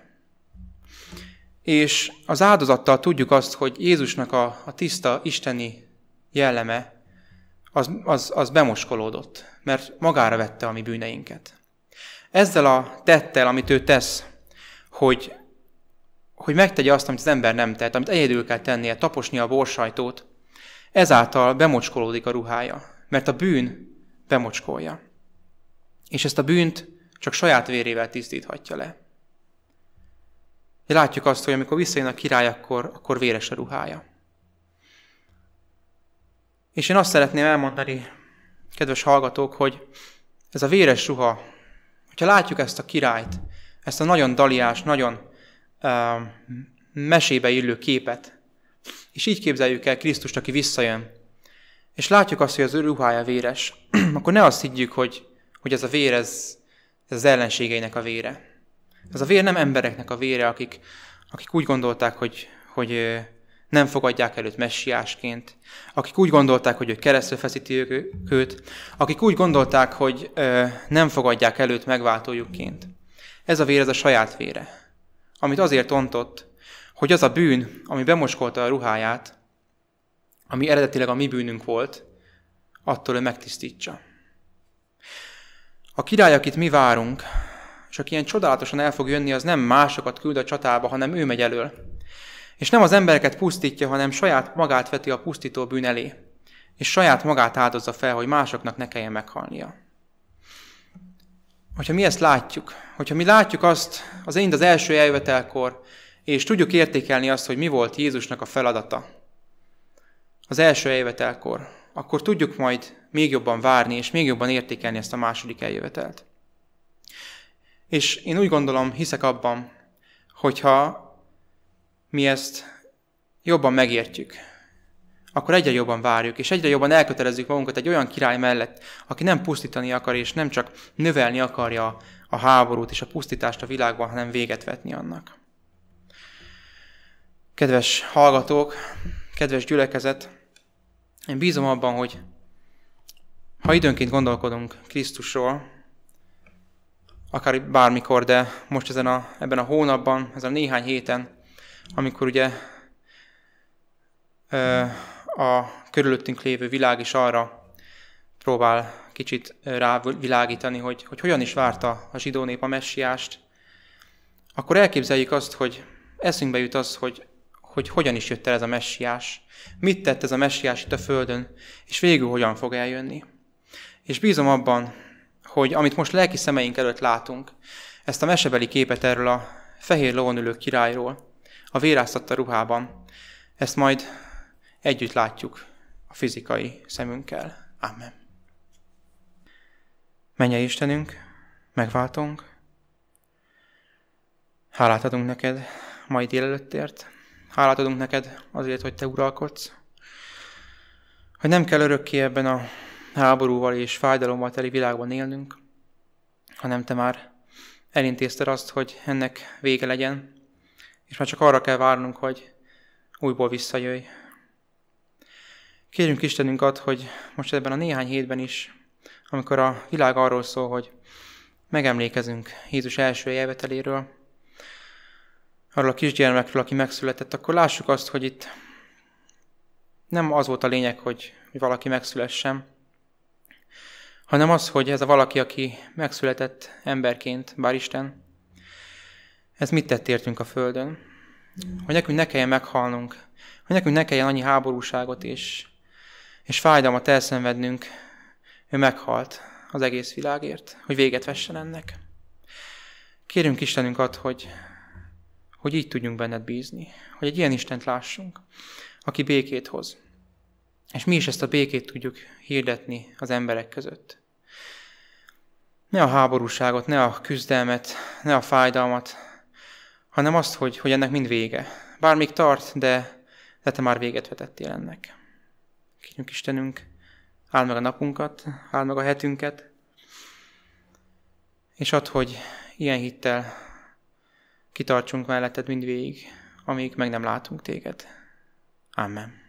És az áldozattal tudjuk azt, hogy Jézusnak a tiszta isteni jelleme az bemoskolódott, mert magára vette a mi bűneinket. Ezzel a tettel, amit ő tesz, hogy megtegye azt, amit az ember nem tett, amit egyedül kell tennie, taposnia a borsajtót, ezáltal bemocskolódik a ruhája, mert a bűn bemocskolja. És ezt a bűnt csak saját vérével tisztíthatja le. Látjuk azt, hogy amikor visszajön a király, akkor véres a ruhája. És én azt szeretném elmondani, kedves hallgatók, hogy ez a véres ruha, hogyha látjuk ezt a királyt, ezt a nagyon daliás, nagyon mesébe illő képet, és így képzeljük el Krisztust, aki visszajön, és látjuk azt, hogy az ő ruhája véres, akkor ne azt higgyük, hogy ez a vér, ez az ellenségeinek a vére. Ez a vér nem embereknek a vére, akik úgy gondolták, hogy nem fogadják el őt messiásként, akik úgy gondolták, hogy ő keresztre feszíti őt, akik úgy gondolták, hogy nem fogadják el őt megváltójukként. Ez a vér, ez a saját vére, amit azért ontott, hogy az a bűn, ami bemocskolta a ruháját, ami eredetileg a mi bűnünk volt, attól ő megtisztítsa. A király, akit mi várunk, és aki ilyen csodálatosan el fog jönni, az nem másokat küld a csatába, hanem ő megy elől. És nem az embereket pusztítja, hanem saját magát veti a pusztító bűn elé, és saját magát áldozza fel, hogy másoknak ne kelljen meghalnia. Hogyha mi ezt látjuk, hogyha mi látjuk azt az első eljövetelkor, és tudjuk értékelni azt, hogy mi volt Jézusnak a feladata az első eljövetelkor, akkor tudjuk majd még jobban várni, és még jobban értékelni ezt a második eljövetelt. És én úgy gondolom, hiszek abban, hogyha mi ezt jobban megértjük, akkor egyre jobban várjuk, és egyre jobban elkötelezzük magunkat egy olyan király mellett, aki nem pusztítani akar, és nem csak növelni akarja a háborút és a pusztítást a világban, hanem véget vetni annak. Kedves hallgatók, kedves gyülekezet, én bízom abban, hogy ha időnként gondolkodunk Krisztusról, akár bármikor, de most ebben a hónapban, ezen a néhány héten, amikor ugye a körülöttünk lévő világ is arra próbál kicsit rávilágítani, hogy hogyan is várta a zsidó nép a messiást, akkor elképzeljük azt, hogy eszünkbe jut az, hogy hogyan is jött el ez a messiás, mit tett ez a messiás itt a földön, és végül hogyan fog eljönni. És bízom abban, hogy amit most lelki szemeink előtt látunk, ezt a mesebeli képet erről a fehér lovon ülő királyról, a véráztatta ruhában, ezt majd együtt látjuk a fizikai szemünkkel. Amen. Mennyei Istenünk, megváltunk, hálát adunk neked mai délelőttért, hálát adunk neked azért, hogy te uralkodsz, hogy nem kell örökké ebben a háborúval és fájdalommal teli világban élnünk, hanem te már elintézted azt, hogy ennek vége legyen, és már csak arra kell várnunk, hogy újból visszajöjj. Kérjünk Istenünk ad, hogy most ebben a néhány hétben is, amikor a világ arról szól, hogy megemlékezünk Jézus első eljöveteléről, arról a kisgyermekről, aki megszületett, akkor lássuk azt, hogy itt nem az volt a lényeg, hogy valaki megszülessen, hanem az, hogy ez a valaki, aki megszületett emberként, bár Isten, ez mit tett értünk a földön? Hogy nekünk ne kelljen meghalnunk, hogy nekünk ne kelljen annyi háborúságot és fájdalmat elszenvednünk, ő meghalt az egész világért, hogy véget vessen ennek. Kérünk Istenünk ad, hogy így tudjunk benned bízni, hogy egy ilyen Istent lássunk, aki békét hoz. És mi is ezt a békét tudjuk hirdetni az emberek között. Ne a háborúságot, ne a küzdelmet, ne a fájdalmat, hanem azt, hogy ennek mind vége. Bár még tart, de te már véget vetettél ennek. Kérjünk Istenünk, áld meg a napunkat, áld meg a hetünket, és add, hogy ilyen hittel kitartsunk melletted mindvégig, amíg meg nem látunk téged. Amen.